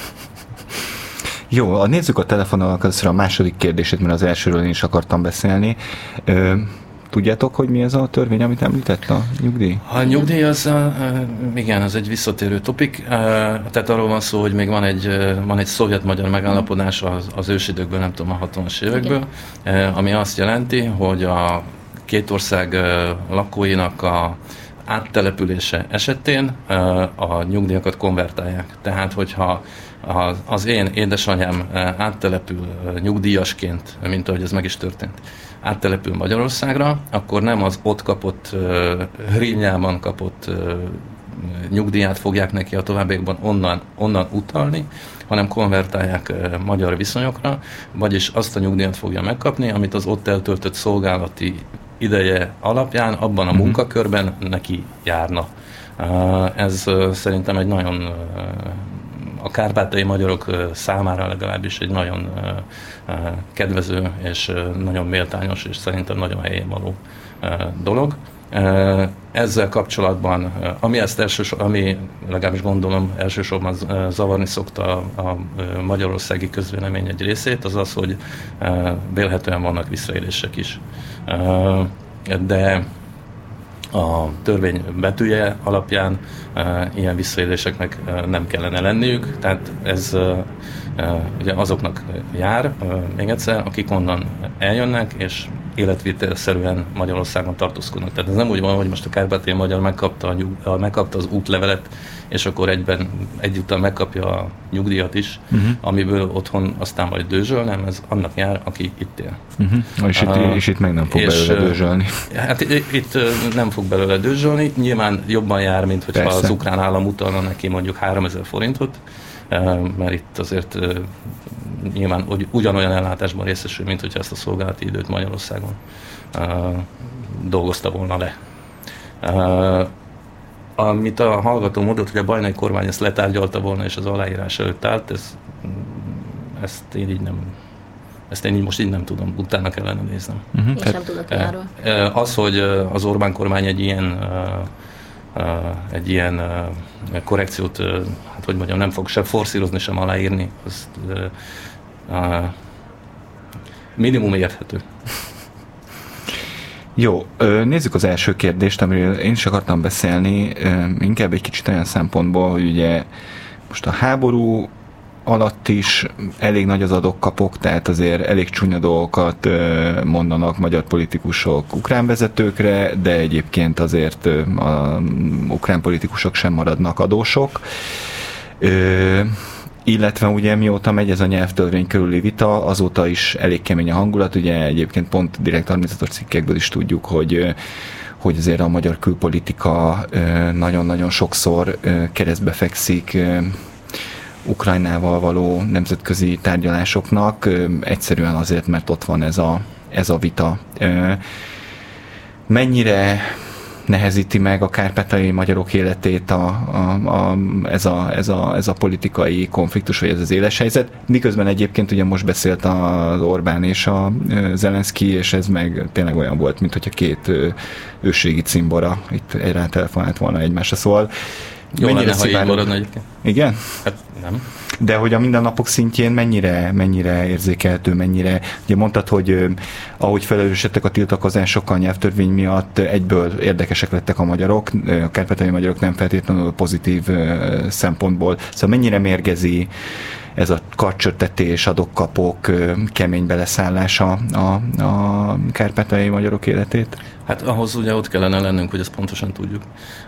Jó, nézzük a telefonon először a második kérdését, mert az elsőről én is akartam beszélni. Tudjátok, hogy mi ez a törvény, amit említett, a nyugdíj? A nyugdíj igen, az egy visszatérő topik. Tehát arról van szó, hogy még van egy szovjet-magyar megállapodás az ősidőkből, nem tudom, a 60-as évekből, ami azt jelenti, hogy a két ország lakóinak a áttelepülése esetén a nyugdíjakat konvertálják. Tehát, hogyha az én édesanyám áttelepül nyugdíjasként, mint ahogy ez meg is történt, áttelepül Magyarországra, akkor nem az ott kapott, hrivnyában kapott nyugdíját fogják neki a továbbiakban onnan utalni, hanem konvertálják magyar viszonyokra, vagyis azt a nyugdíjat fogja megkapni, amit az ott eltöltött szolgálati ideje alapján abban a munkakörben neki járna. Ez szerintem egy nagyon, a kárpátaljai magyarok számára legalábbis egy nagyon kedvező és nagyon méltányos és szerintem nagyon helyénvaló dolog. Ezzel kapcsolatban, ami legalábbis gondolom elsősorban zavarni szokta a magyarországi közvélemény egy részét, az az, hogy vélhetően vannak visszaélések is. De a törvény betűje alapján ilyen visszaéléseknek nem kellene lenniük, tehát ez ugye azoknak jár, még egyszer, akik onnan eljönnek, és életvitelszerűen Magyarországon tartózkodnak. Tehát ez nem úgy van, hogy most a kárpátaljai magyar megkapta az útlevelet, és akkor egyúttal megkapja a nyugdíjat is, amiből otthon aztán majd dőzsöl, nem, ez annak jár, aki itt él. És itt meg nem fog belőle dőzsölni. Hát itt nem fog belőle dőzsölni, nyilván jobban jár, mint hogyha az ukrán állam utalna neki mondjuk 3000 forintot, mert itt azért nyilván ugyanolyan ellátásban részesül, mint hogyha ezt a szolgálati időt Magyarországon dolgozta volna le. Amit a hallgató mondott, hogy a bajnai kormány ezt letárgyalta volna, és az aláírás előtt állt, ezt én így most így nem tudom, utána kellene néznem. Én sem tudok erről. Az, hogy az Orbán kormány egy ilyen korrekciót, hát hogy mondjam, nem fog sem forszírozni, sem aláírni, az minimum érthető. Jó, nézzük az első kérdést, amiről én is akartam beszélni, inkább egy kicsit olyan szempontból, hogy ugye most a háború alatt is elég nagy az adok-kapok, tehát azért elég csúnya dolgokat mondanak magyar politikusok ukrán vezetőkre, de egyébként azért az ukrán politikusok sem maradnak adósok. Illetve ugye mióta megy ez a nyelvtörvény körüli vita, azóta is elég kemény a hangulat, ugye egyébként pont direkt 36-os cikkekből is tudjuk, hogy azért a magyar külpolitika nagyon-nagyon sokszor keresztbe fekszik Ukrajnával való nemzetközi tárgyalásoknak, egyszerűen azért, mert ott van ez a vita. Mennyire nehezíti meg a kárpátaljai magyarok életét ez a politikai konfliktus, vagy ez az éles helyzet. Miközben egyébként ugye most beszélt az Orbán és a Zelenszky, és ez meg tényleg olyan volt, mint hogyha két ősrégi cimbora itt egyre telefonált volna egymásra, szóval jó lenne, ha így maradna egyébként. Igen? Hát nem. De hogy a mindennapok szintjén mennyire érzékelhető, mennyire... Ugye mondtad, hogy ahogy felelősödtek a tiltakozásokkal, a nyelvtörvény miatt egyből érdekesek lettek a magyarok, a kárpátaljai magyarok nem feltétlenül pozitív szempontból. Szóval mennyire mérgezi ez a karcsörtetés, adok-kapok, kemény beleszállása a kárpátaljai magyarok életét? Hát ahhoz ugye ott kellene lennünk, hogy ezt pontosan tudjuk.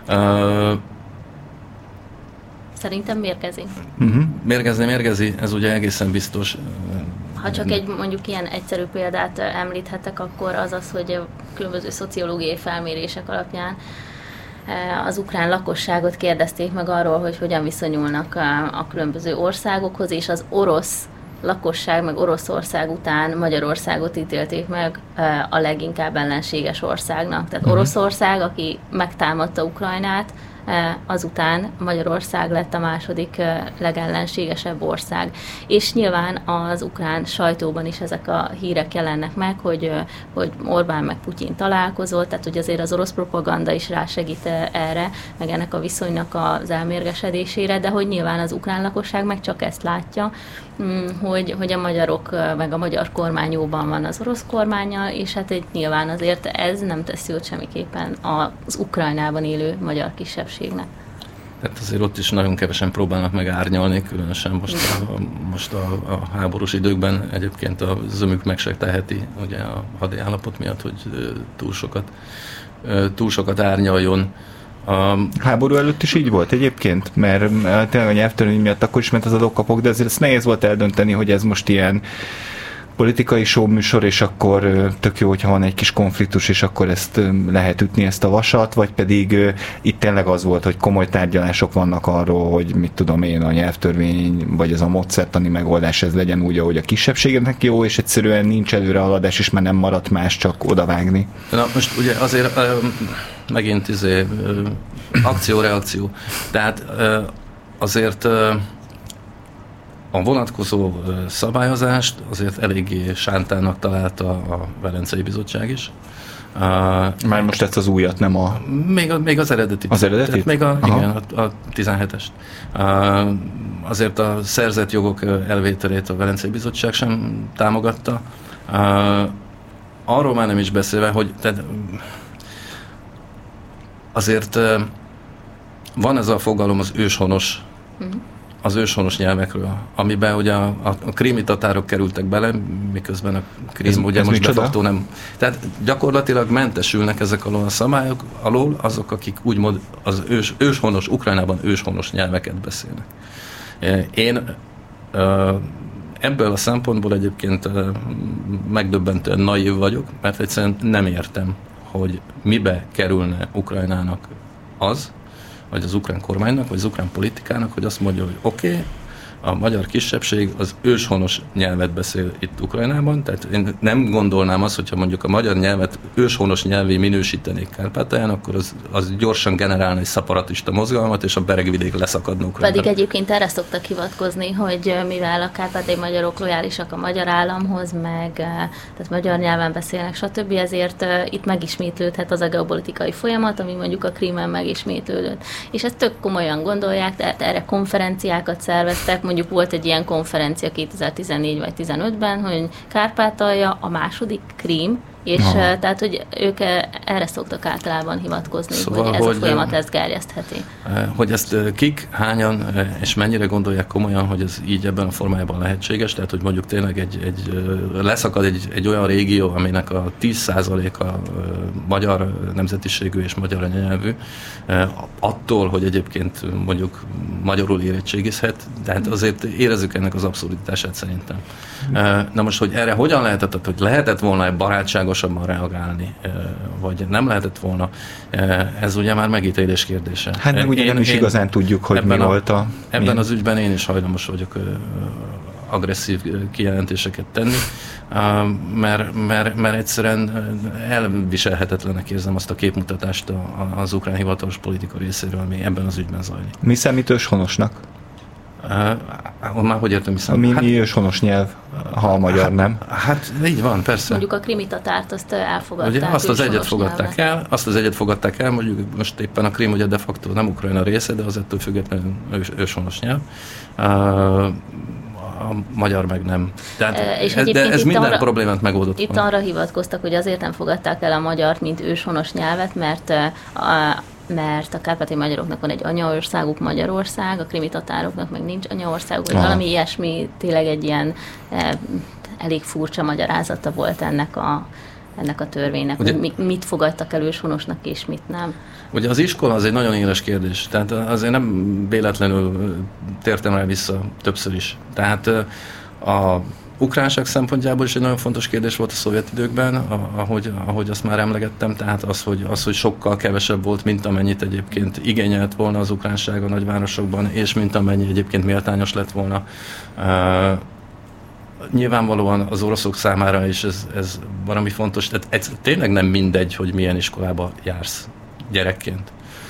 Szerintem mérgezi. Mérgezi, ez ugye egészen biztos. Ha csak egy mondjuk ilyen egyszerű példát említhetek, akkor az, hogy különböző szociológiai felmérések alapján az ukrán lakosságot kérdezték meg arról, hogy hogyan viszonyulnak a különböző országokhoz, és az orosz lakosság, meg Oroszország után Magyarországot ítélték meg a leginkább ellenséges országnak. Tehát Oroszország, aki megtámadta Ukrajnát, azután Magyarország lett a második legellenségesebb ország. És nyilván az ukrán sajtóban is ezek a hírek jelennek meg, hogy Orbán meg Putyin találkozott, tehát hogy azért az orosz propaganda is rásegít erre, meg ennek a viszonynak az elmérgesedésére, de hogy nyilván az ukrán lakosság meg csak ezt látja, hogy a magyarok, meg a magyar kormány jóban van az orosz kormánnyal, és hát nyilván azért ez nem teszi jót semmiképpen az Ukrajnában élő magyar kisebbségnek. Tehát azért ott is nagyon kevesen próbálnak meg árnyalni, különösen most a háborús időkben egyébként a zömük meg se teheti, ugye a hadiállapot miatt, hogy túl sokat árnyaljon. A háború előtt is így volt egyébként, mert tényleg a nyelvtörvény miatt akkor is ment az adok-kapok, de azért ezt nehéz volt eldönteni, hogy ez most ilyen politikai showműsor, és akkor tök jó, hogyha van egy kis konfliktus, és akkor ezt lehet ütni, ezt a vasat, vagy pedig itt tényleg az volt, hogy komoly tárgyalások vannak arról, hogy mit tudom én, a nyelvtörvény, vagy ez a módszertani megoldás, ez legyen úgy, ahogy a kisebbségnek jó, és egyszerűen nincs előrehaladás, és már nem maradt más, csak odavágni. Na most ugye azért megint akció-reakció. Tehát azért a vonatkozó szabályozást azért eléggé sántának találta a Velencei Bizottság is. Már most ezt az újat, nem a... Még az eredetit. Az eredetit? Még a 17-est. Azért a szerzett jogok elvételét a Velencei Bizottság sem támogatta. Arról már nem is beszélve, hogy azért van ez a fogalom az őshonos, az őshonos nyelvekről, amiben ugye a krími tatárok kerültek bele, miközben a Krím ugye most de facto nem. Tehát gyakorlatilag mentesülnek ezek alól a szabályok alól azok, akik úgymond az őshonos, Ukrajnában őshonos nyelveket beszélnek. Én ebből a szempontból egyébként megdöbbentően naív vagyok, mert egyszerűen nem értem, hogy mibe kerülne Ukrajnának az, vagy az ukrán kormánynak, vagy az ukrán politikának, hogy azt mondja, hogy oké, a magyar kisebbség az őshonos nyelvet beszél itt Ukrajnában, tehát én nem gondolnám azt, hogyha mondjuk a magyar nyelvet őshonos nyelvé minősítenék Kárpátalján, akkor az gyorsan generálna egy szeparatista mozgalmat, és a beregvidék leszakadna Ukrajnára. Pedig egyébként erre szoktak hivatkozni, hogy mivel a kárpátaljai magyarok lojálisak a magyar államhoz, meg tehát magyar nyelven beszélnek, stb., ezért itt megismétlődhet az a geopolitikai folyamat, ami mondjuk a Krímen megismétlődött. És ezt tök komolyan gondolják, tehát erre konferenciákat szerveztek, mondjuk volt egy ilyen konferencia 2014 vagy 2015-ben, hogy Kárpátalja a második Krím, és tehát, hogy ők erre szoktak általában hivatkozni, szóval, hogy ez a folyamat ezt gerjesztheti. Hogy ezt kik, hányan és mennyire gondolják komolyan, hogy ez így ebben a formájában lehetséges, tehát, hogy mondjuk tényleg leszakad egy olyan régió, aminek a 10%-a magyar nemzetiségű és magyar anyanyelvű, attól, hogy egyébként mondjuk magyarul érettségizhet, tehát azért érezzük ennek az abszurditását szerintem. Na most, hogy erre hogyan lehetett, hogy lehetett volna egy barátságosabban reagálni, vagy nem lehetett volna, ez ugye már megítélés kérdése. Hát meg ugye nem is igazán tudjuk, hogy mi volt a... Ebben az ügyben én is hajlamos vagyok agresszív kijelentéseket tenni, mert egyszerűen elviselhetetlenek érzem azt a képmutatást az ukrán hivatalos politika részéről, ami ebben az ügyben zajlik. Mi számít őshonosnak? Már hogy értem, hiszem. Mi őshonos nyelv, ha a magyar nem? Hát így van, persze. Mondjuk a krimi tatárt azt elfogadták. Ugye, azt az egyet fogadták el, mondjuk most éppen a Krím ugye de facto nem Ukrajna része, de az ettől függetlenül őshonos nyelv. A magyar meg nem. Tehát de ez minden problémát megoldott. Itt arra hivatkoztak, hogy azért nem fogadták el a magyart, mint őshonos nyelvet, mert a kárpátaljai magyaroknak van egy anyaországuk, Magyarország, a krimi tatároknak meg nincs anyaországuk, vagy valami ilyesmi, tényleg egy ilyen elég furcsa magyarázata volt ennek a törvénynek, ugye, hogy mit fogadtak el őshonosnak és mit nem. Ugye az iskola az egy nagyon éles kérdés, tehát azért nem véletlenül tértem rá vissza többször is. Tehát a ukránság szempontjából is egy nagyon fontos kérdés volt a szovjet időkben, ahogy azt már emlegettem, tehát az, hogy sokkal kevesebb volt, mint amennyit egyébként igényelt volna az ukránság a nagyvárosokban, és mint amennyi egyébként méltányos lett volna. Nyilvánvalóan az oroszok számára is ez valami fontos, tehát ez tényleg nem mindegy, hogy milyen iskolába jársz gyerekként.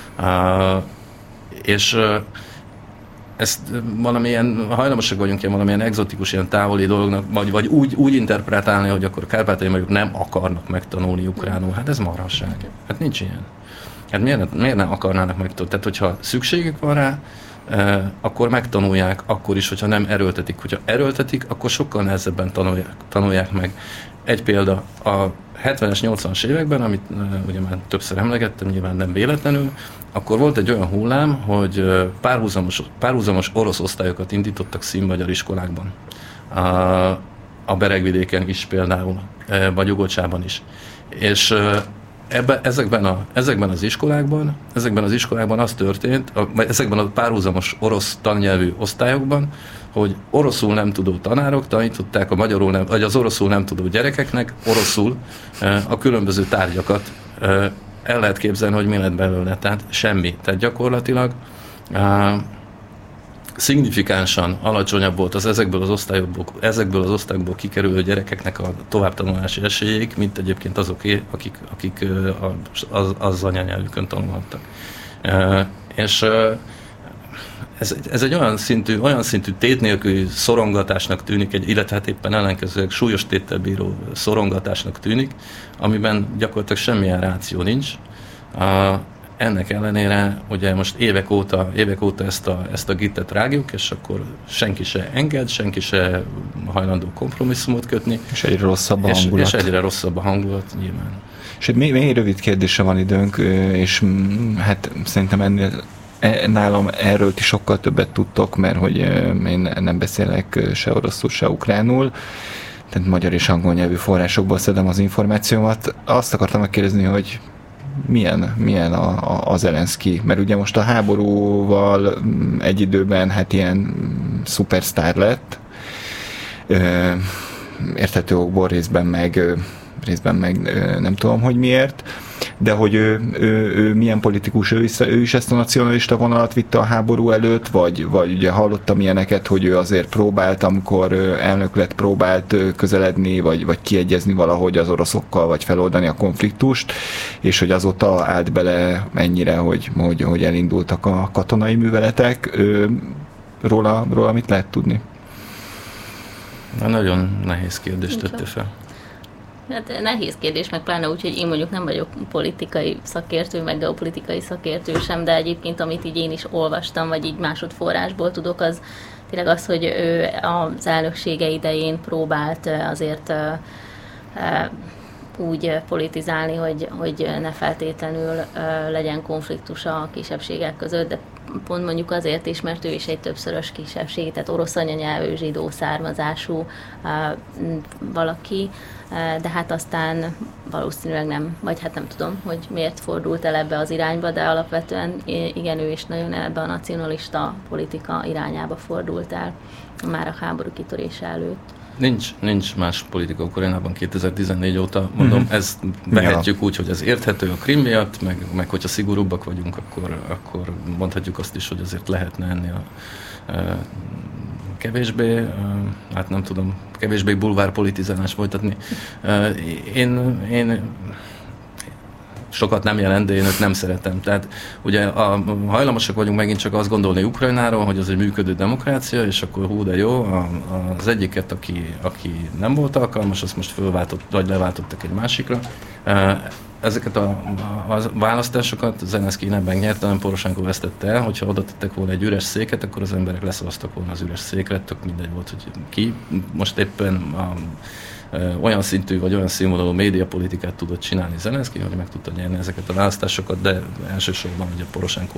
És ezt valamilyen, hajlamosak vagyunk ilyen valamilyen egzotikus, ilyen távoli dolognak, vagy úgy interpretálni, hogy akkor kárpátaljai magyarok nem akarnak megtanulni ukránul. Hát ez marhasság. Hát nincs ilyen. Hát miért nem akarnának megtanulni? Tehát, hogyha szükségük van rá, akkor megtanulják, akkor is, hogyha nem erőltetik. Hogyha erőltetik, akkor sokkal nehezebben tanulják meg. Egy példa, a 70-es, 80-as években, amit ugye már többször emlegettem, nyilván nem véletlenül, akkor volt egy olyan hullám, hogy párhuzamos orosz osztályokat indítottak színmagyar iskolákban. A Beregvidéken is például, vagy Ugocsában is. És ezekben az iskolákban az történt, ezekben a párhuzamos orosz tannyelvű osztályokban, hogy oroszul nem tudó tanárok tanították vagy az oroszul nem tudó gyerekeknek oroszul a különböző tárgyakat. El lehet képzelni, hogy mi lett belőle, tehát semmi. Tehát gyakorlatilag szignifikánsan alacsonyabb volt az ezekből az osztályokból kikerülő gyerekeknek a továbbtanulási esélyék, mint egyébként azoké, akik az anyanyelvükön tanulhattak. És ez egy olyan szintű tét nélküli szorongatásnak tűnik, illetve hát éppen ellenkezőleg súlyos téttel bíró szorongatásnak tűnik, amiben gyakorlatilag semmilyen ráció nincs. Ennek ellenére ugye most évek óta ezt a gittet rágjuk, és akkor senki se enged, senki se hajlandó kompromisszumot kötni. És egyre rosszabb a hangulat. És egyre rosszabb a hangulat, nyilván. És még rövid kérdésre van időnk, és hát szerintem nálam erről ti sokkal többet tudtok, mert hogy én nem beszélek se oroszul, se ukránul, tehát magyar és angol nyelvű forrásokból szedem az információmat. Azt akartam megkérdezni, hogy milyen a Zelenszky, mert ugye most a háborúval egy időben hát ilyen szupersztár lett, érthető okból részben meg nem tudom, hogy miért, de hogy ő milyen politikus, ő is ezt a nacionalista vonalat vitte a háború előtt, vagy ugye hallottam ilyeneket, hogy ő azért próbált, amikor elnök lett, próbált közeledni, vagy kiegyezni valahogy az oroszokkal, vagy feloldani a konfliktust, és hogy azóta állt bele ennyire, hogy elindultak a katonai műveletek. Róla mit lehet tudni? Nagyon nehéz kérdést tette fel. Hát nehéz kérdés, meg pláne úgy, hogy én mondjuk nem vagyok politikai szakértő, meg geopolitikai szakértő sem, de egyébként amit így én is olvastam, vagy így másodforrásból tudok, az tényleg az, hogy ő az elnöksége idején próbált azért úgy politizálni, hogy ne feltétlenül legyen konfliktus a kisebbségek között, de pont mondjuk azért is, mert ő is egy többszörös kisebbség, tehát orosz anyanyelvű, zsidó származású valaki, de hát aztán valószínűleg nem, vagy hát nem tudom, hogy miért fordult el ebbe az irányba, de alapvetően igen, ő is nagyon ebbe a nacionalista politika irányába fordult el, már a háború kitörése előtt. Nincs más politika Ukrajnában 2014 óta, mondom, ezt vehetjük úgy, hogy ez érthető a Krím miatt, meg hogyha szigorúbbak vagyunk, akkor mondhatjuk azt is, hogy azért lehetne ennél kevésbé, hát nem tudom, kevésbé bulvárpolitizálás folytatni. Én sokat nem jelent, de én őt nem szeretem. Tehát ugye hajlamosak vagyunk megint csak azt gondolni Ukrajnáról, hogy az egy működő demokrácia, és akkor hú, de jó, az egyiket, aki nem volt alkalmas, azt most fölváltott, vagy leváltottak egy másikra. Ezeket a választásokat Zelenszky ebben nyert, hanem Poroshenko vesztette el, hogyha oda tettek volna egy üres széket, akkor az emberek leszavaztak volna az üres székre, tök mindegy volt, hogy ki. Most éppen olyan szintű vagy olyan színvonalú médiapolitikát tudott csinálni Zelenszky, hogy meg tudta nyerni ezeket a választásokat, de elsősorban ugye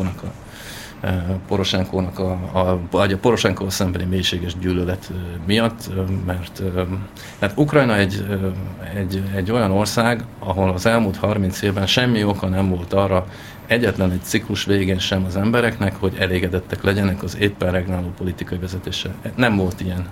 a Poroshenkóval szembeni mélységes gyűlölet miatt, mert Ukrajna egy olyan ország, ahol az elmúlt 30 évben semmi oka nem volt arra, egyetlen egy ciklus végén sem az embereknek, hogy elégedettek legyenek az éppen regnáló politikai vezetéssel. Nem volt ilyen.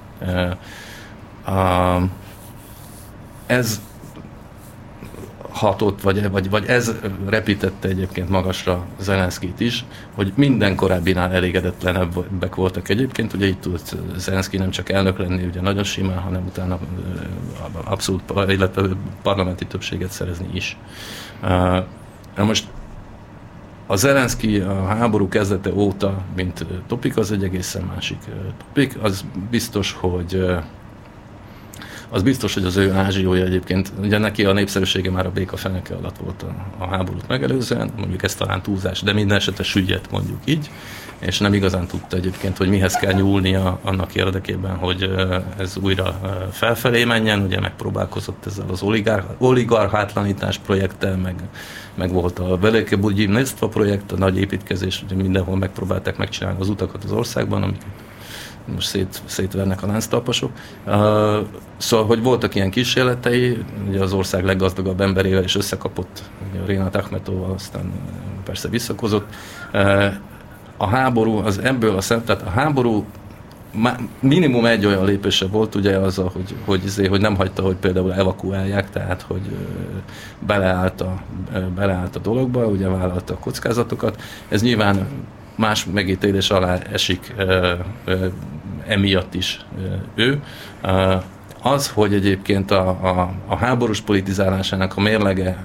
Ez hatott, vagy ez repítette egyébként magasra Zelenszkyt is, hogy minden korábbinál elégedetlenebbek voltak egyébként. Ugye itt tudott Zelenszky nem csak elnök lenni, ugye nagyon simán, hanem utána abszolút, illetve parlamenti többséget szerezni is. Most a Zelenszky a háború kezdete óta, mint topik, az egy egészen másik topik. Az biztos, hogy az ő ázsiója egyébként, ugye neki a népszerűsége már a béka feneke alatt volt a háborút megelőzően, mondjuk ez talán túlzás, de minden esetre süllyedt, mondjuk így, és nem igazán tudta egyébként, hogy mihez kell nyúlnia annak érdekében, hogy ez újra felfelé menjen, ugye megpróbálkozott ezzel az oligarchátlanítás projekttel, meg volt a Velike Budjimnesztva projekt, a nagy építkezés, ugye mindenhol megpróbálták megcsinálni az utakat az országban, amiket most szétvernek a lánctalpasok. Szóval, hogy voltak ilyen kísérletei, ugye az ország leggazdagabb emberével is összekapott, ugye a Renat Akhmetovval, aztán persze visszakozott. A háború, az ebből tehát a háború minimum egy olyan lépése volt, ugye az, hogy nem hagyta, hogy például evakuálják, tehát hogy beleállt a dologba, ugye vállalta a kockázatokat. Ez nyilván más megítélés alá esik emiatt is ő. Az, hogy egyébként a háborús politizálásának a mérlege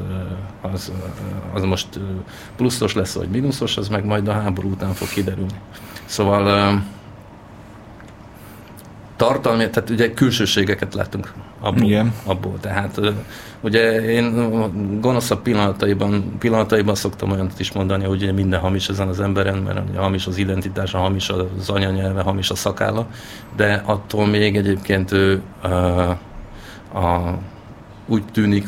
az most pluszos lesz, vagy mínuszos, az meg majd a háború után fog kiderülni. Szóval tartalmi, tehát ugye külsőségeket látunk abból. Tehát ugye én gonoszabb pillanataiban szoktam olyant is mondani, hogy ugye minden hamis ezen az emberen, mert ugye hamis az identitása, hamis az anyanyelve, hamis a szakálla, de attól még egyébként ő úgy tűnik,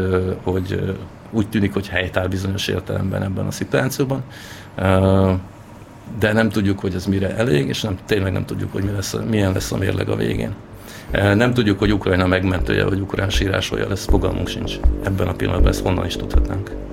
hogy helytáll bizonyos értelemben ebben a szituációban. De nem tudjuk, hogy ez mire elég, és tényleg nem tudjuk, hogy milyen lesz a mérleg a végén. Nem tudjuk, hogy Ukrajna megmentője, vagy ukrán sírásolja lesz, fogalmunk sincs. Ebben a pillanatban ezt honnan is tudhatnánk.